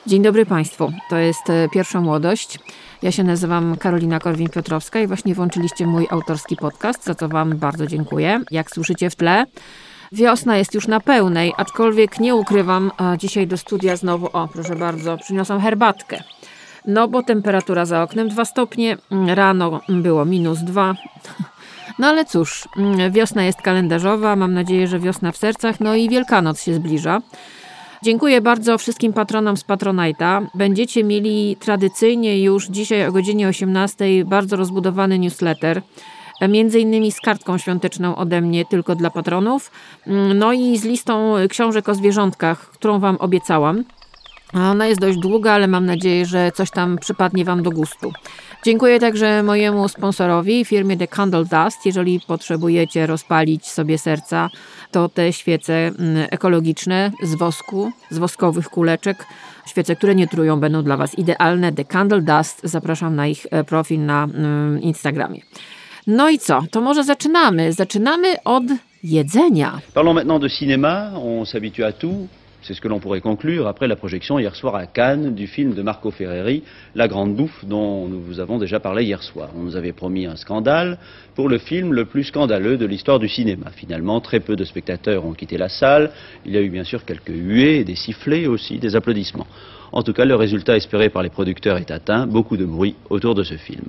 Dzień dobry Państwu. To jest Pierwsza Młodość. Ja się nazywam Karolina Korwin-Piotrowska i właśnie włączyliście mój autorski podcast, za co Wam bardzo dziękuję. Jak słyszycie w tle, wiosna jest już na pełnej, aczkolwiek nie ukrywam, dzisiaj do studia znowu, proszę bardzo, przyniosłam herbatkę. No bo temperatura za oknem 2 stopnie, rano było -2. No ale cóż, wiosna jest kalendarzowa, mam nadzieję, że wiosna w sercach, no i Wielkanoc się zbliża. Dziękuję bardzo wszystkim patronom z Patronite'a. Będziecie mieli tradycyjnie już dzisiaj o godzinie 18 bardzo rozbudowany newsletter, między innymi z kartką świąteczną ode mnie tylko dla patronów, no i z listą książek o zwierzątkach, którą Wam obiecałam. Ona jest dość długa, ale mam nadzieję, że coś tam przypadnie Wam do gustu. Dziękuję także mojemu sponsorowi, firmie The Candle Dust. Jeżeli potrzebujecie rozpalić sobie serca, to te świece ekologiczne z wosku, z woskowych kuleczek, świece, które nie trują, będą dla Was idealne. The Candle Dust. Zapraszam na ich profil na Instagramie. No i co? To może zaczynamy. Zaczynamy od jedzenia. Parlons maintenant de cinéma. On s'habitue à tout. C'est ce que l'on pourrait conclure après la projection hier soir à Cannes du film de Marco Ferreri, La Grande Bouffe, dont nous vous avons déjà parlé hier soir. On nous avait promis un scandale pour le film le plus scandaleux de l'histoire du cinéma. Finalement, très peu de spectateurs ont quitté la salle. Il y a eu bien sûr quelques huées, des sifflets aussi, des applaudissements. En tout cas, le résultat espéré par les producteurs est atteint. Beaucoup de bruit autour de ce film.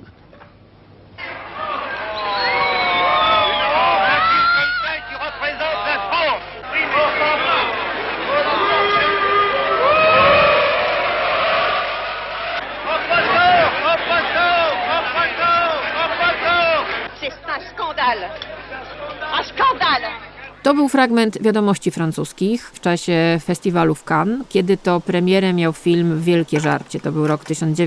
To był fragment wiadomości francuskich w czasie festiwalu w Cannes, kiedy to premierę miał film Wielkie Żarcie. To był rok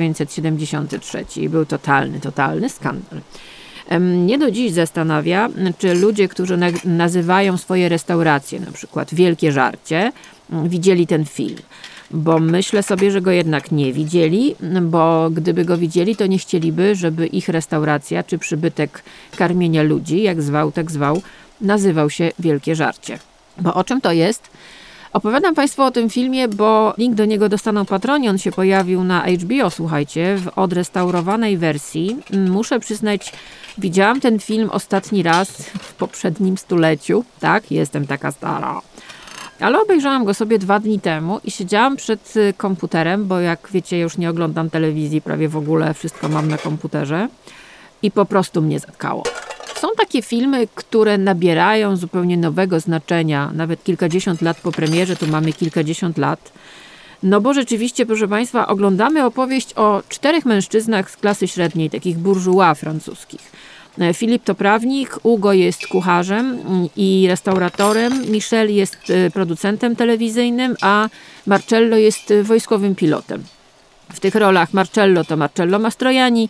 1973 i był totalny skandal. Mnie do dziś zastanawia, czy ludzie, którzy nazywają swoje restauracje, na przykład Wielkie Żarcie, widzieli ten film. Bo myślę sobie, że go jednak nie widzieli, bo gdyby go widzieli, to nie chcieliby, żeby ich restauracja czy przybytek karmienia ludzi, jak zwał, tak zwał, nazywał się Wielkie Żarcie. Bo o czym to jest? Opowiadam Państwu o tym filmie, bo link do niego dostaną patroni. On się pojawił na HBO, słuchajcie, w odrestaurowanej wersji. Muszę przyznać, widziałam ten film ostatni raz w poprzednim stuleciu. Tak, jestem taka stara. Ale obejrzałam go sobie 2 dni temu i siedziałam przed komputerem, bo jak wiecie, już nie oglądam telewizji prawie w ogóle, wszystko mam na komputerze i po prostu mnie zatkało. Są takie filmy, które nabierają zupełnie nowego znaczenia, nawet kilkadziesiąt lat po premierze, tu mamy kilkadziesiąt lat. No bo rzeczywiście, proszę Państwa, oglądamy opowieść o 4 mężczyznach z klasy średniej, takich bourgeois francuskich. Filip to prawnik, Hugo jest kucharzem i restauratorem, Michel jest producentem telewizyjnym, a Marcello jest wojskowym pilotem. W tych rolach Marcello to Marcello Mastroianni,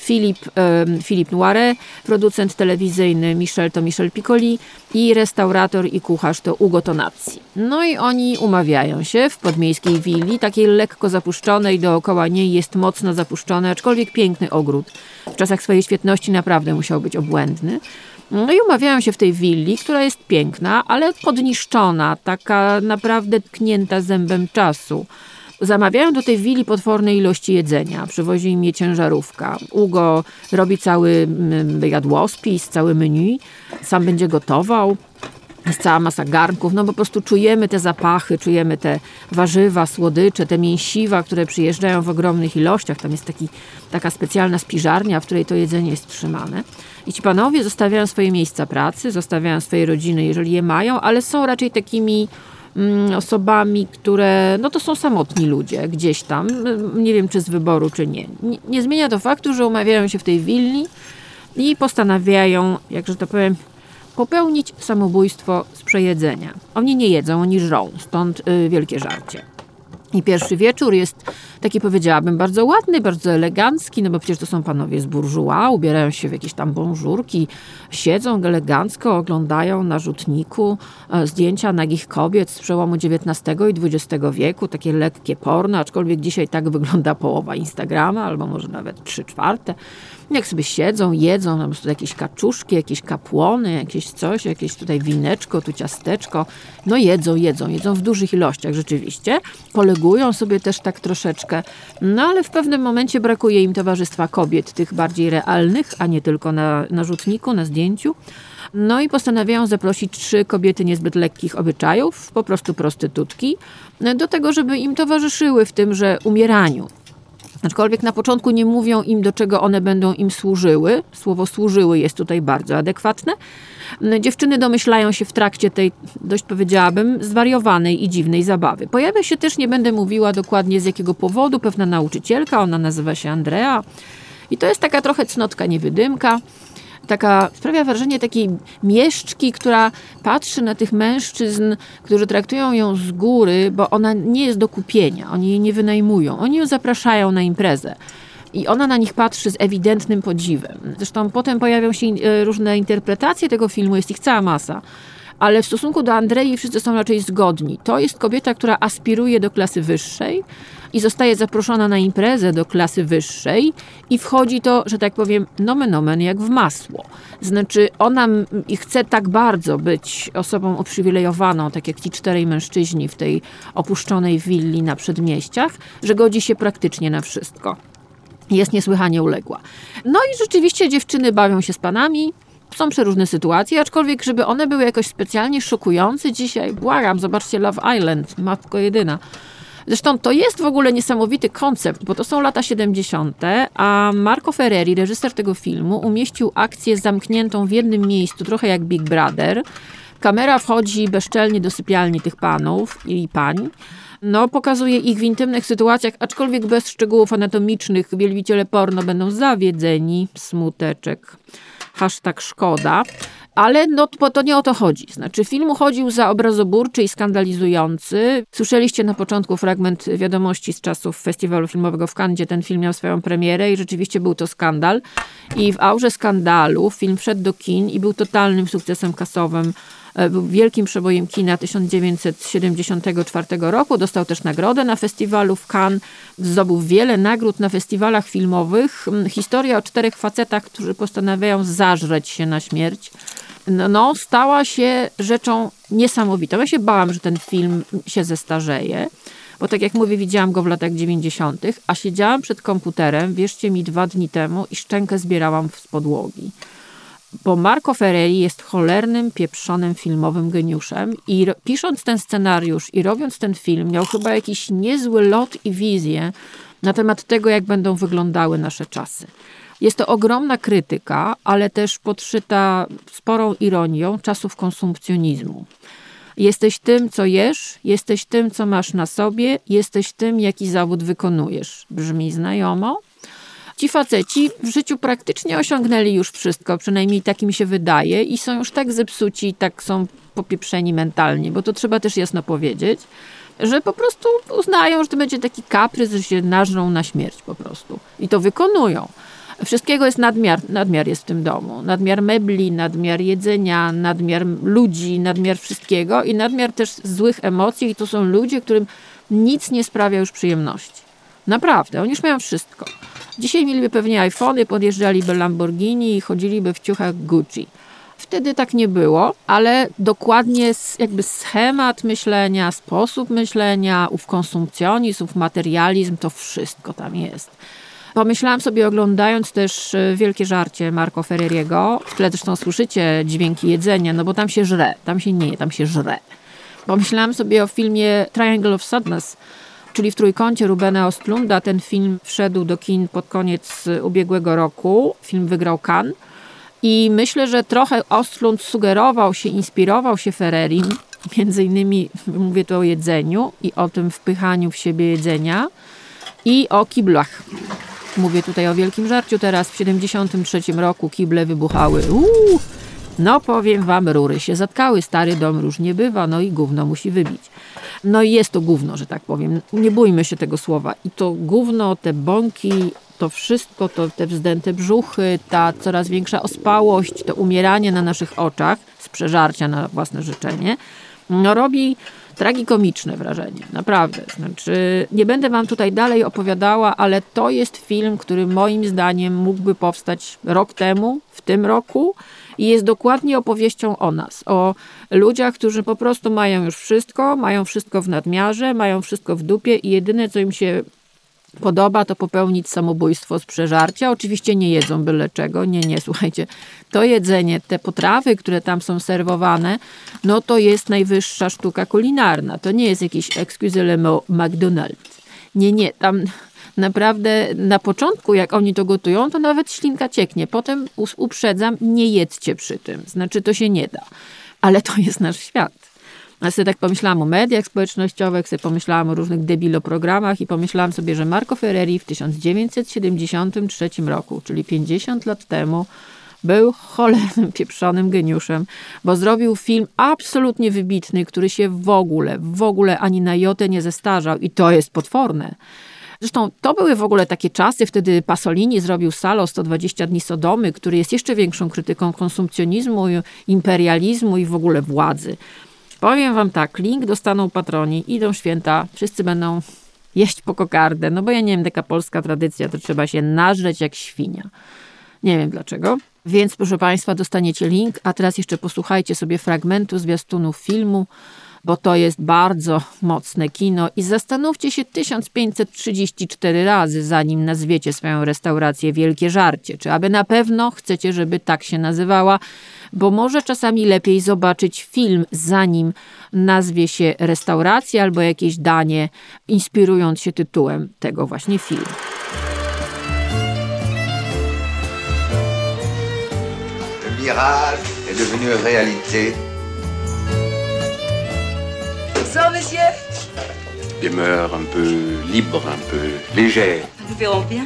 Philippe Noiret, producent telewizyjny, Michel to Michel Piccoli i restaurator i kucharz to Ugo Tonazzi. No i oni umawiają się w podmiejskiej willi, takiej lekko zapuszczonej, dookoła niej jest mocno zapuszczony, aczkolwiek piękny ogród. W czasach swojej świetności naprawdę musiał być obłędny. No i umawiają się w tej willi, która jest piękna, ale podniszczona, taka naprawdę tknięta zębem czasu. Zamawiają do tej willi potworne ilości jedzenia, przywozi im je ciężarówka. Ugo robi cały jadłospis, cały menu, sam będzie gotował. Jest cała masa garnków, no po prostu czujemy te zapachy, czujemy te warzywa, słodycze, te mięsiwa, które przyjeżdżają w ogromnych ilościach. Tam jest taka specjalna spiżarnia, w której to jedzenie jest trzymane. I ci panowie zostawiają swoje miejsca pracy, zostawiają swoje rodziny, jeżeli je mają, ale są raczej takimi osobami, które, no to są samotni ludzie gdzieś tam, nie wiem czy z wyboru, czy nie. Nie zmienia to faktu, że umawiają się w tej willi i postanawiają, jakże to powiem, popełnić samobójstwo z przejedzenia. Oni nie jedzą, oni żrą, stąd Wielkie Żarcie. I pierwszy wieczór jest taki, powiedziałabym, bardzo ładny, bardzo elegancki, no bo przecież to są panowie z bourgeois, ubierają się w jakieś tam bonżurki, siedzą elegancko, oglądają na rzutniku zdjęcia nagich kobiet z przełomu XIX i XX wieku, takie lekkie porno, aczkolwiek dzisiaj tak wygląda połowa Instagrama, albo może nawet 3/4. Jak sobie siedzą, jedzą, po prostu jakieś kaczuszki, jakieś kapłony, jakieś coś, jakieś tutaj wineczko, tu ciasteczko. No jedzą w dużych ilościach rzeczywiście. Polegują sobie też tak troszeczkę. No ale w pewnym momencie brakuje im towarzystwa kobiet, tych bardziej realnych, a nie tylko na rzutniku, na zdjęciu. No i postanawiają zaprosić 3 kobiety niezbyt lekkich obyczajów, po prostu prostytutki, do tego, żeby im towarzyszyły w tymże umieraniu. Aczkolwiek na początku nie mówią im, do czego one będą im służyły. Słowo służyły jest tutaj bardzo adekwatne. Dziewczyny domyślają się w trakcie tej, dość powiedziałabym, zwariowanej i dziwnej zabawy. Pojawia się też, nie będę mówiła dokładnie z jakiego powodu, pewna nauczycielka, ona nazywa się Andrea. I to jest taka trochę cnotka niewydymka. Taka sprawia wrażenie takiej mieszczki, która patrzy na tych mężczyzn, którzy traktują ją z góry, bo ona nie jest do kupienia, oni jej nie wynajmują, oni ją zapraszają na imprezę. I ona na nich patrzy z ewidentnym podziwem. Zresztą potem pojawią się różne interpretacje tego filmu, jest ich cała masa. Ale w stosunku do Andrei wszyscy są raczej zgodni. To jest kobieta, która aspiruje do klasy wyższej i zostaje zaproszona na imprezę do klasy wyższej i wchodzi to, że tak powiem, nomen omen jak w masło. Znaczy ona chce tak bardzo być osobą uprzywilejowaną, tak jak ci 4 mężczyźni w tej opuszczonej willi na przedmieściach, że godzi się praktycznie na wszystko. Jest niesłychanie uległa. No i rzeczywiście dziewczyny bawią się z panami. Są przeróżne sytuacje, aczkolwiek żeby one były jakoś specjalnie szokujące dzisiaj, błagam, zobaczcie Love Island, matko jedyna. Zresztą to jest w ogóle niesamowity koncept, bo to są lata 70., a Marco Ferreri, reżyser tego filmu, umieścił akcję zamkniętą w jednym miejscu, trochę jak Big Brother. Kamera wchodzi bezczelnie do sypialni tych panów i pań. No, pokazuje ich w intymnych sytuacjach, aczkolwiek bez szczegółów anatomicznych. Wielbiciele porno będą zawiedzeni. Smuteczek. #szkoda. Ale no, to nie o to chodzi. Znaczy film uchodził za obrazoburczy i skandalizujący. Słyszeliście na początku fragment wiadomości z czasów festiwalu filmowego w Cannes, gdzie ten film miał swoją premierę i rzeczywiście był to skandal. I w aurze skandalu film wszedł do kin i był totalnym sukcesem kasowym. Był wielkim przebojem kina 1974 roku. Dostał też nagrodę na festiwalu w Cannes. Zdobył wiele nagród na festiwalach filmowych. Historia o 4 facetach, którzy postanawiają zażreć się na śmierć, no, stała się rzeczą niesamowitą. Ja się bałam, że ten film się zestarzeje, bo tak jak mówię, widziałam go w latach 90., a siedziałam przed komputerem, wierzcie mi, 2 dni temu i szczękę zbierałam z podłogi. Bo Marco Ferreri jest cholernym, pieprzonym filmowym geniuszem i pisząc ten scenariusz i robiąc ten film, miał chyba jakiś niezły lot i wizję na temat tego, jak będą wyglądały nasze czasy. Jest to ogromna krytyka, ale też podszyta sporą ironią czasów konsumpcjonizmu. Jesteś tym, co jesz, jesteś tym, co masz na sobie, jesteś tym, jaki zawód wykonujesz. Brzmi znajomo? Ci faceci w życiu praktycznie osiągnęli już wszystko, przynajmniej tak mi się wydaje, i są już tak zepsuci, tak są popieprzeni mentalnie, bo to trzeba też jasno powiedzieć, że po prostu uznają, że to będzie taki kaprys, że się nażrą na śmierć po prostu. I to wykonują. Wszystkiego jest nadmiar jest w tym domu. Nadmiar mebli, nadmiar jedzenia, nadmiar ludzi, nadmiar wszystkiego i nadmiar też złych emocji. I to są ludzie, którym nic nie sprawia już przyjemności. Naprawdę, oni już mają wszystko. Dzisiaj mieliby pewnie iPhony, podjeżdżaliby Lamborghini i chodziliby w ciuchach Gucci. Wtedy tak nie było, ale dokładnie jakby schemat myślenia, sposób myślenia, ów konsumpcjonizm, ów materializm, to wszystko tam jest. Pomyślałam sobie, oglądając też Wielkie żarcie Marco Ferreriego, w tle zresztą słyszycie dźwięki jedzenia, no bo tam się żre, tam się nie je, tam się żre. Pomyślałam sobie o filmie Triangle of Sadness, czyli w Trójkącie Rubena Östlunda. Ten film wszedł do kin pod koniec ubiegłego roku. Film wygrał Cannes. I myślę, że trochę Östlund sugerował się, inspirował się Ferrerim. Między innymi mówię tu o jedzeniu i o tym wpychaniu w siebie jedzenia i o kiblach. Mówię tutaj o Wielkim żarciu teraz. W 1973 roku kible wybuchały. No powiem wam, rury się zatkały. Stary dom różnie bywa, no i gówno musi wybić. No i jest to gówno, że tak powiem. Nie bójmy się tego słowa. I to gówno, te bąki, to wszystko, to te wzdęte brzuchy, ta coraz większa ospałość, to umieranie na naszych oczach z przeżarcia na własne życzenie, no robi tragikomiczne wrażenie, naprawdę. Znaczy, nie będę wam tutaj dalej opowiadała, ale to jest film, który moim zdaniem mógłby powstać rok temu, w tym roku i jest dokładnie opowieścią o nas, o ludziach, którzy po prostu mają już wszystko, mają wszystko w nadmiarze, mają wszystko w dupie i jedyne, co im się podoba, to popełnić samobójstwo z przeżarcia. Oczywiście nie jedzą byle czego. Nie, słuchajcie. To jedzenie, te potrawy, które tam są serwowane, no to jest najwyższa sztuka kulinarna. To nie jest jakiś excusez-le-mot McDonald's. Nie. Tam naprawdę na początku, jak oni to gotują, to nawet ślinka cieknie. Potem uprzedzam, nie jedzcie przy tym. Znaczy, to się nie da. Ale to jest nasz świat. Ja sobie tak pomyślałam o mediach społecznościowych, sobie pomyślałam o różnych debiloprogramach i pomyślałam sobie, że Marco Ferreri w 1973 roku, czyli 50 lat temu, był cholernym, pieprzonym geniuszem, bo zrobił film absolutnie wybitny, który się w ogóle ani na jotę nie zestarzał i to jest potworne. Zresztą to były w ogóle takie czasy, wtedy Pasolini zrobił Salo 120 dni Sodomy, który jest jeszcze większą krytyką konsumpcjonizmu, imperializmu i w ogóle władzy. Powiem wam tak, link dostaną patroni, idą święta, wszyscy będą jeść po kokardę, no bo ja nie wiem, taka polska tradycja, to trzeba się nażreć jak świnia. Nie wiem dlaczego. Więc proszę państwa, dostaniecie link, a teraz jeszcze posłuchajcie sobie fragmentu zwiastunów filmu, bo to jest bardzo mocne kino i zastanówcie się 1534 razy, zanim nazwiecie swoją restaurację Wielkie Żarcie. Czy aby na pewno chcecie, żeby tak się nazywała, bo może czasami lepiej zobaczyć film, zanim nazwie się restauracja albo jakieś danie, inspirując się tytułem tego właśnie filmu. Le mirage est devenu réalité. Ça, monsieur? Des mœurs un peu libres, un peu légères. Nous verrons bien.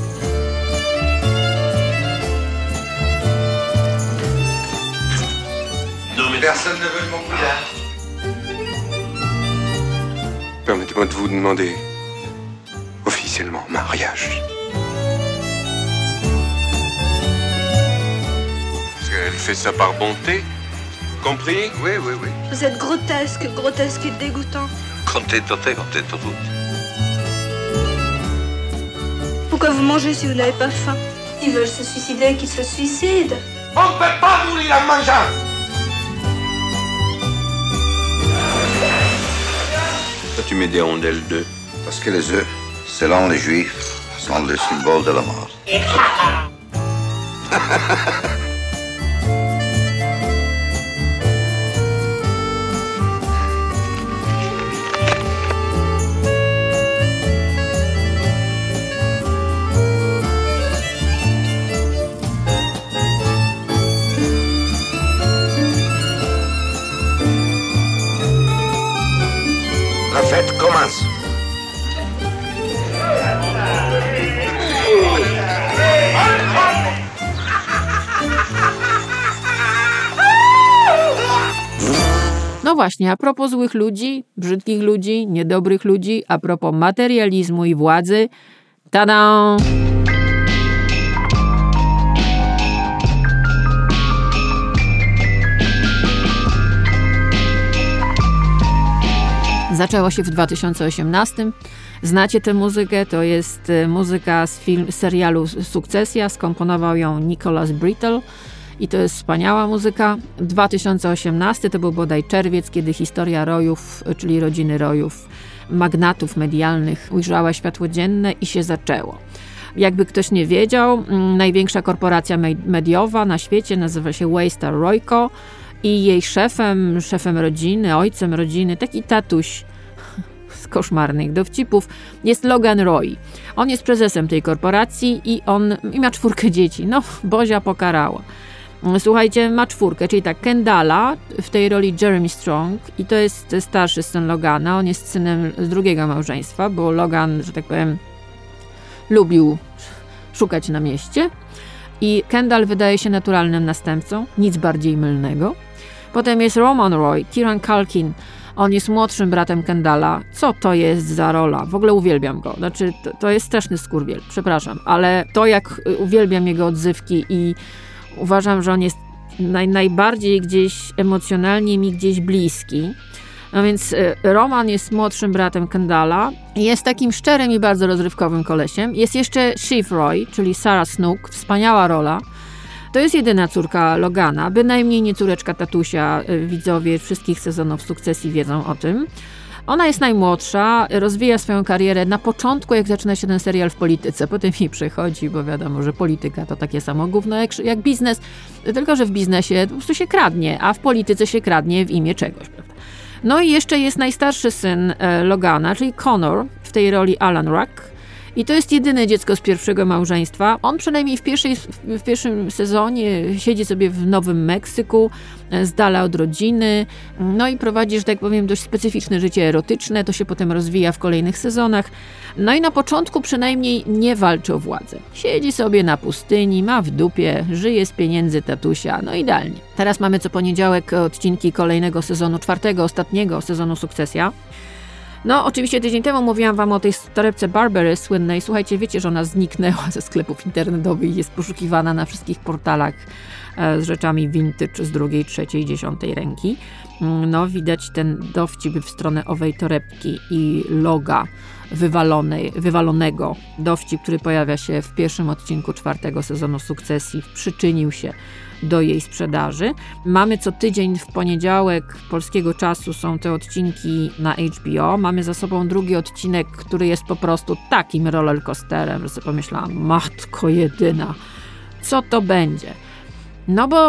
Non, mais personne ne veut de mon couleur. Permettez-moi de vous demander officiellement en mariage. Parce qu'elle fait ça par bonté. Compris? Oui, oui, oui. Vous êtes grotesque, grotesque et dégoûtant. Contento te, contento tu. Pourquoi vous mangez si vous n'avez pas faim? Ils veulent se suicider, qu'ils se suicident. On ne peut pas mourir en mangeant. Pourquoi tu mets des rondelles d'œufs? Parce que les œufs, selon les juifs, sont le symbole de la mort. La fête commence. No właśnie, a propos złych ludzi, brzydkich ludzi, niedobrych ludzi, a propos materializmu i władzy, tada! Zaczęło się w 2018. Znacie tę muzykę, to jest muzyka z serialu Sukcesja, skomponował ją Nicholas Brittle i to jest wspaniała muzyka. 2018 to był bodaj czerwiec, kiedy historia Rojów, czyli rodziny Rojów, magnatów medialnych ujrzała światło dzienne i się zaczęło. Jakby ktoś nie wiedział, największa korporacja mediowa na świecie nazywa się Waystar Royco i jej szefem rodziny, ojcem rodziny, taki tatuś z koszmarnych dowcipów, jest Logan Roy. On jest prezesem tej korporacji i ma 4 dzieci. No, Bozia pokarała. Słuchajcie, ma 4, czyli tak, Kendalla, w tej roli Jeremy Strong i to jest starszy syn Logana. On jest synem z drugiego małżeństwa, bo Logan, że tak powiem, lubił szukać na mieście i Kendall wydaje się naturalnym następcą, nic bardziej mylnego. Potem jest Roman Roy, Kieran Culkin. On jest młodszym bratem Kendalla. Co to jest za rola? W ogóle uwielbiam go. Znaczy, to jest straszny skurwiel, przepraszam, ale to jak uwielbiam jego odzywki i uważam, że on jest najbardziej gdzieś emocjonalnie mi gdzieś bliski. No więc Roman jest młodszym bratem Kendalla. Jest takim szczerym i bardzo rozrywkowym kolesiem. Jest jeszcze Shiv Roy, czyli Sarah Snook, wspaniała rola. To jest jedyna córka Logana, bynajmniej nie córeczka tatusia. Widzowie wszystkich sezonów Sukcesji wiedzą o tym. Ona jest najmłodsza, rozwija swoją karierę na początku, jak zaczyna się ten serial w polityce. Potem jej przechodzi, bo wiadomo, że polityka to takie samo gówno jak biznes. Tylko że w biznesie po prostu się kradnie, a w polityce się kradnie w imię czegoś, prawda? No i jeszcze jest najstarszy syn Logana, czyli Connor, w tej roli Alan Ruck. I to jest jedyne dziecko z pierwszego małżeństwa. On przynajmniej w pierwszym sezonie siedzi sobie w Nowym Meksyku, z dala od rodziny, no i prowadzi, że tak powiem, dość specyficzne życie erotyczne. To się potem rozwija w kolejnych sezonach. No i na początku przynajmniej nie walczy o władzę. Siedzi sobie na pustyni, ma w dupie, żyje z pieniędzy tatusia, no idealnie. Teraz mamy co poniedziałek odcinki kolejnego sezonu, 4., ostatniego sezonu Sukcesja. No, oczywiście tydzień temu mówiłam wam o tej torebce Burberry słynnej. Słuchajcie, wiecie, że ona zniknęła ze sklepów internetowych i jest poszukiwana na wszystkich portalach z rzeczami vintage z 2., 3., 10. ręki. No, widać ten dowcip w stronę owej torebki i loga wywalonego. Dowcip, który pojawia się w pierwszym odcinku 4. sezonu Sukcesji, przyczynił się do jej sprzedaży. Mamy co tydzień w poniedziałek polskiego czasu są te odcinki na HBO. Mamy za sobą drugi odcinek, który jest po prostu takim rollercoasterem, że sobie pomyślałam, matko jedyna, co to będzie? No bo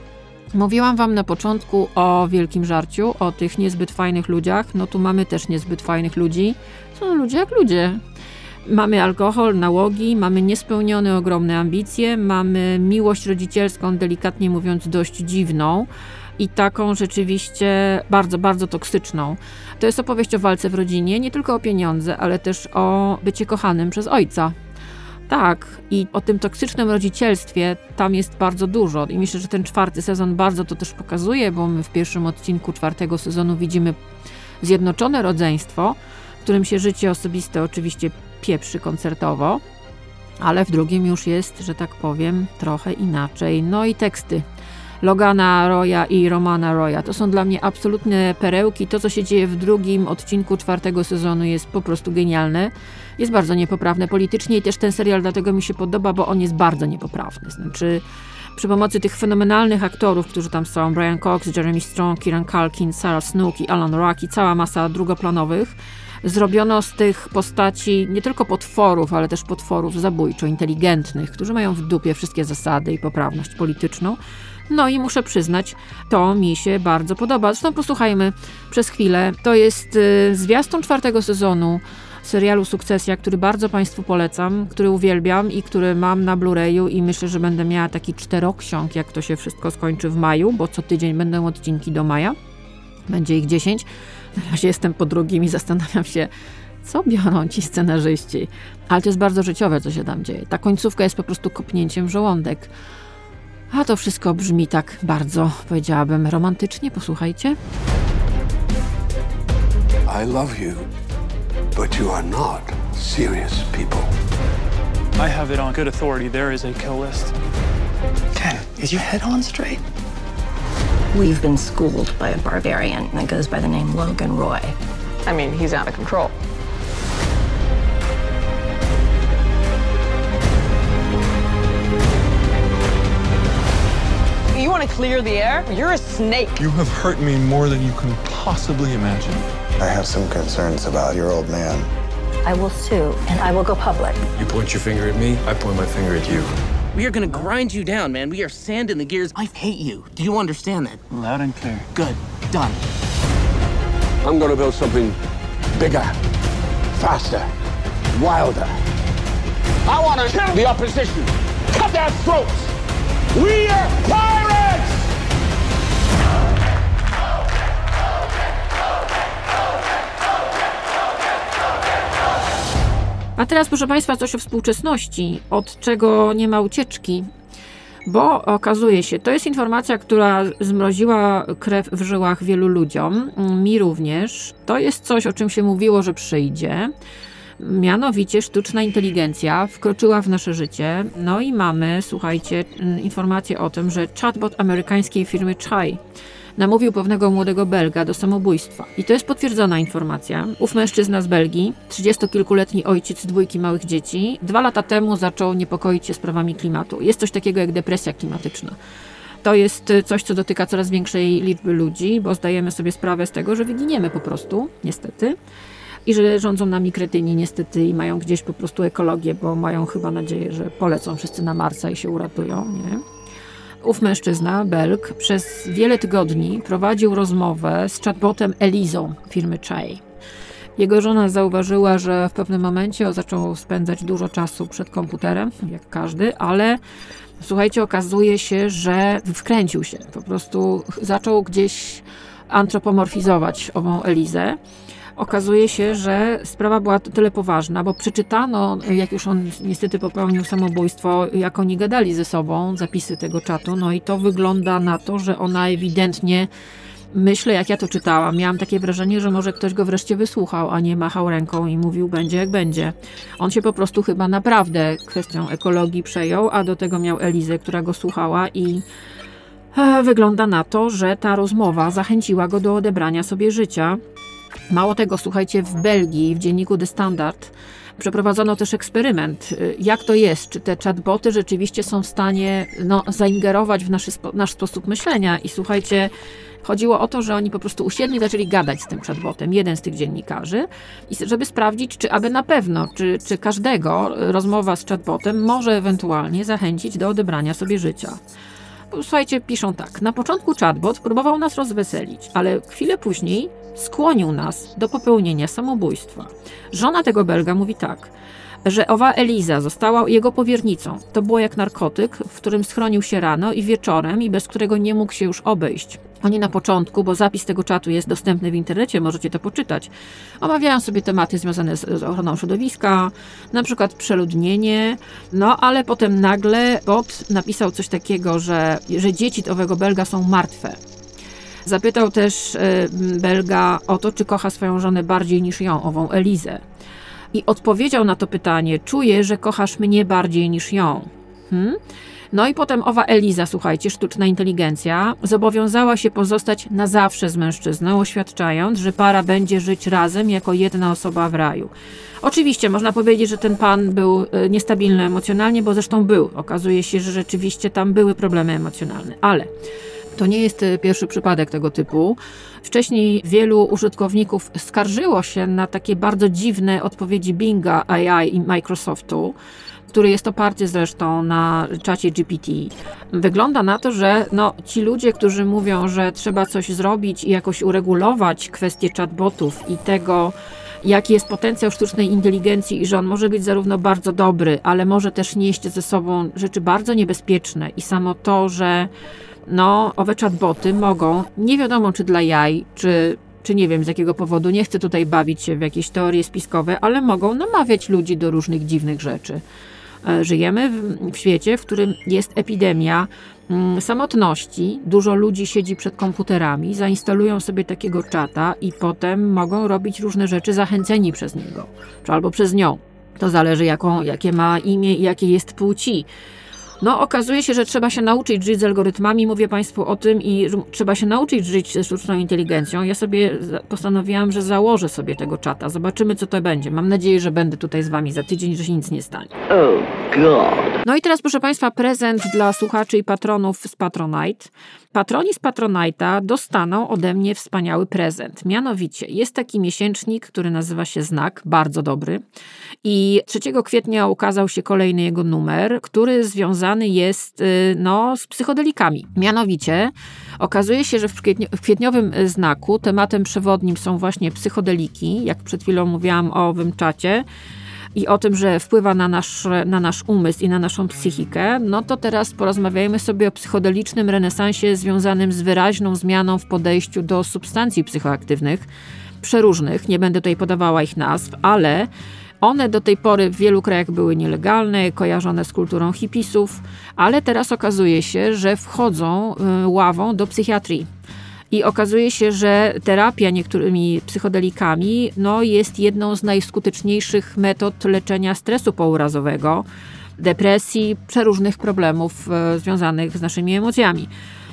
mówiłam wam na początku o wielkim żarciu, o tych niezbyt fajnych ludziach. No tu mamy też niezbyt fajnych ludzi. Są ludzie jak ludzie. Mamy alkohol, nałogi, mamy niespełnione ogromne ambicje, mamy miłość rodzicielską, delikatnie mówiąc dość dziwną i taką rzeczywiście bardzo, bardzo toksyczną. To jest opowieść o walce w rodzinie, nie tylko o pieniądze, ale też o bycie kochanym przez ojca. Tak, i o tym toksycznym rodzicielstwie tam jest bardzo dużo i myślę, że ten 4. sezon bardzo to też pokazuje, bo my w pierwszym odcinku 4. sezonu widzimy zjednoczone rodzeństwo, w którym się życie osobiste oczywiście pieprzy koncertowo, ale w drugim już jest, że tak powiem, trochę inaczej. No i teksty Logana Roya i Romana Roya to są dla mnie absolutne perełki. To, co się dzieje w drugim odcinku 4. sezonu jest po prostu genialne. Jest bardzo niepoprawne politycznie i też ten serial dlatego mi się podoba, bo on jest bardzo niepoprawny. Znaczy przy pomocy tych fenomenalnych aktorów, którzy tam są, Brian Cox, Jeremy Strong, Kieran Culkin, Sarah Snook i Alan Ruck i cała masa drugoplanowych, zrobiono z tych postaci nie tylko potworów, ale też potworów zabójczo inteligentnych, którzy mają w dupie wszystkie zasady i poprawność polityczną. No i muszę przyznać, to mi się bardzo podoba. Zresztą posłuchajmy przez chwilę. To jest zwiastun 4. sezonu serialu Sukcesja, który bardzo Państwu polecam, który uwielbiam i który mam na Blu-rayu i myślę, że będę miała taki 4-ksiąg, jak to się wszystko skończy w maju, bo co tydzień będą odcinki do maja. Będzie ich 10. Na razie jestem po drugim i zastanawiam się, co biorą ci scenarzyści. Ale to jest bardzo życiowe, co się tam dzieje. Ta końcówka jest po prostu kopnięciem w żołądek. A to wszystko brzmi tak bardzo, powiedziałabym, romantycznie. Posłuchajcie. I love you, but you are not serious people. I have it on good authority. There is a kill list. Ken, is your head on straight? We've been schooled by a barbarian that goes by the name Logan Roy. I mean, he's out of control. You want to clear the air? You're a snake. You have hurt me more than you can possibly imagine. I have some concerns about your old man. I will sue, and I will go public. You point your finger at me, I point my finger at you. We are gonna grind you down, man. We are sand in the gears. I hate you. Do you understand that? Loud and clear. Good. Done. I'm gonna build something bigger, faster, wilder. I want to kill the opposition. Cut their throats. We are pirates! A teraz, proszę Państwa, coś o współczesności, od czego nie ma ucieczki, bo okazuje się, to jest informacja, która zmroziła krew w żyłach wielu ludziom, mi również. To jest coś, o czym się mówiło, że przyjdzie. Mianowicie sztuczna inteligencja wkroczyła w nasze życie. No i mamy, słuchajcie, informację o tym, że chatbot amerykańskiej firmy Chai namówił pewnego młodego Belga do samobójstwa. I to jest potwierdzona informacja. Ów mężczyzna z Belgii, 30-kilkuletni ojciec 2 małych dzieci, 2 lata temu zaczął niepokoić się sprawami klimatu. Jest coś takiego jak depresja klimatyczna. To jest coś, co dotyka coraz większej liczby ludzi, bo zdajemy sobie sprawę z tego, że wyginiemy po prostu, niestety. I że rządzą nami kretyni niestety i mają gdzieś po prostu ekologię, bo mają chyba nadzieję, że polecą wszyscy na Marsa i się uratują, nie? Ów mężczyzna, Belg, przez wiele tygodni prowadził rozmowę z chatbotem Elizą firmy Chai. Jego żona zauważyła, że w pewnym momencie zaczął spędzać dużo czasu przed komputerem, jak każdy, ale słuchajcie, okazuje się, że wkręcił się. Po prostu zaczął gdzieś antropomorfizować ową Elizę. Okazuje się, że sprawa była tyle poważna, bo przeczytano, jak już on niestety popełnił samobójstwo, jak oni gadali ze sobą, zapisy tego czatu, no i to wygląda na to, że ona ewidentnie, myślę, jak ja to czytałam, miałam takie wrażenie, że może ktoś go wreszcie wysłuchał, a nie machał ręką i mówił, będzie jak będzie. On się po prostu chyba naprawdę kwestią ekologii przejął, a do tego miał Elizę, która go słuchała i wygląda na to, że ta rozmowa zachęciła go do odebrania sobie życia. Mało tego, słuchajcie, w Belgii, w dzienniku The Standard przeprowadzono też eksperyment. Jak to jest? Czy te chatboty rzeczywiście są w stanie zaingerować w nasz sposób myślenia? I słuchajcie, chodziło o to, że oni po prostu usiedli i zaczęli gadać z tym chatbotem, jeden z tych dziennikarzy, i żeby sprawdzić, czy aby na pewno, czy każdego rozmowa z chatbotem może ewentualnie zachęcić do odebrania sobie życia. Słuchajcie, piszą tak. Na początku chatbot próbował nas rozweselić, ale chwilę później skłonił nas do popełnienia samobójstwa. Żona tego Belga mówi tak, że owa Eliza została jego powiernicą. To było jak narkotyk, w którym schronił się rano i wieczorem i bez którego nie mógł się już obejść. Oni na początku, bo zapis tego czatu jest dostępny w internecie, możecie to poczytać, omawiają sobie tematy związane z ochroną środowiska, na przykład przeludnienie, ale potem nagle bot napisał coś takiego, że dzieci owego Belga są martwe. Zapytał też Belga o to, czy kocha swoją żonę bardziej niż ją, ową Elizę. I odpowiedział na to pytanie, czuję, że kochasz mnie bardziej niż ją. No i potem owa Eliza, słuchajcie, sztuczna inteligencja, zobowiązała się pozostać na zawsze z mężczyzną, oświadczając, że para będzie żyć razem jako jedna osoba w raju. Oczywiście można powiedzieć, że ten pan był niestabilny emocjonalnie, bo zresztą był. Okazuje się, że rzeczywiście tam były problemy emocjonalne, ale to nie jest pierwszy przypadek tego typu. Wcześniej wielu użytkowników skarżyło się na takie bardzo dziwne odpowiedzi Binga AI i Microsoftu, który jest oparty zresztą na czacie GPT. Wygląda na to, że ci ludzie, którzy mówią, że trzeba coś zrobić i jakoś uregulować kwestie chatbotów i tego, jaki jest potencjał sztucznej inteligencji i że on może być zarówno bardzo dobry, ale może też nieść ze sobą rzeczy bardzo niebezpieczne i samo to, że owe chatboty mogą, nie wiadomo czy dla jaj, czy nie wiem z jakiego powodu, nie chcę tutaj bawić się w jakieś teorie spiskowe, ale mogą namawiać ludzi do różnych dziwnych rzeczy. Żyjemy w świecie, w którym jest epidemia samotności, dużo ludzi siedzi przed komputerami, zainstalują sobie takiego czata i potem mogą robić różne rzeczy zachęceni przez niego, czy albo przez nią. To zależy jakie ma imię i jakiej jest płci. Okazuje się, że trzeba się nauczyć żyć z algorytmami, mówię Państwu o tym i trzeba się nauczyć żyć ze sztuczną inteligencją. Ja sobie postanowiłam, że założę sobie tego czata. Zobaczymy, co to będzie. Mam nadzieję, że będę tutaj z Wami za tydzień, że się nic nie stanie. Oh God. No i teraz, proszę Państwa, prezent dla słuchaczy i patronów z Patronite. Patroni z Patronite'a dostaną ode mnie wspaniały prezent. Mianowicie jest taki miesięcznik, który nazywa się Znak, bardzo dobry. I 3 kwietnia ukazał się kolejny jego numer, który związany jest z psychodelikami. Mianowicie okazuje się, że w kwietniowym Znaku tematem przewodnim są właśnie psychodeliki, jak przed chwilą mówiłam o owym czacie, i o tym, że wpływa na nasz umysł i na naszą psychikę, to teraz porozmawiajmy sobie o psychodelicznym renesansie związanym z wyraźną zmianą w podejściu do substancji psychoaktywnych, przeróżnych, nie będę tutaj podawała ich nazw, ale one do tej pory w wielu krajach były nielegalne, kojarzone z kulturą hipisów, ale teraz okazuje się, że wchodzą ławą do psychiatrii. I okazuje się, że terapia niektórymi psychodelikami jest jedną z najskuteczniejszych metod leczenia stresu pourazowego, depresji, przeróżnych problemów związanych z naszymi emocjami.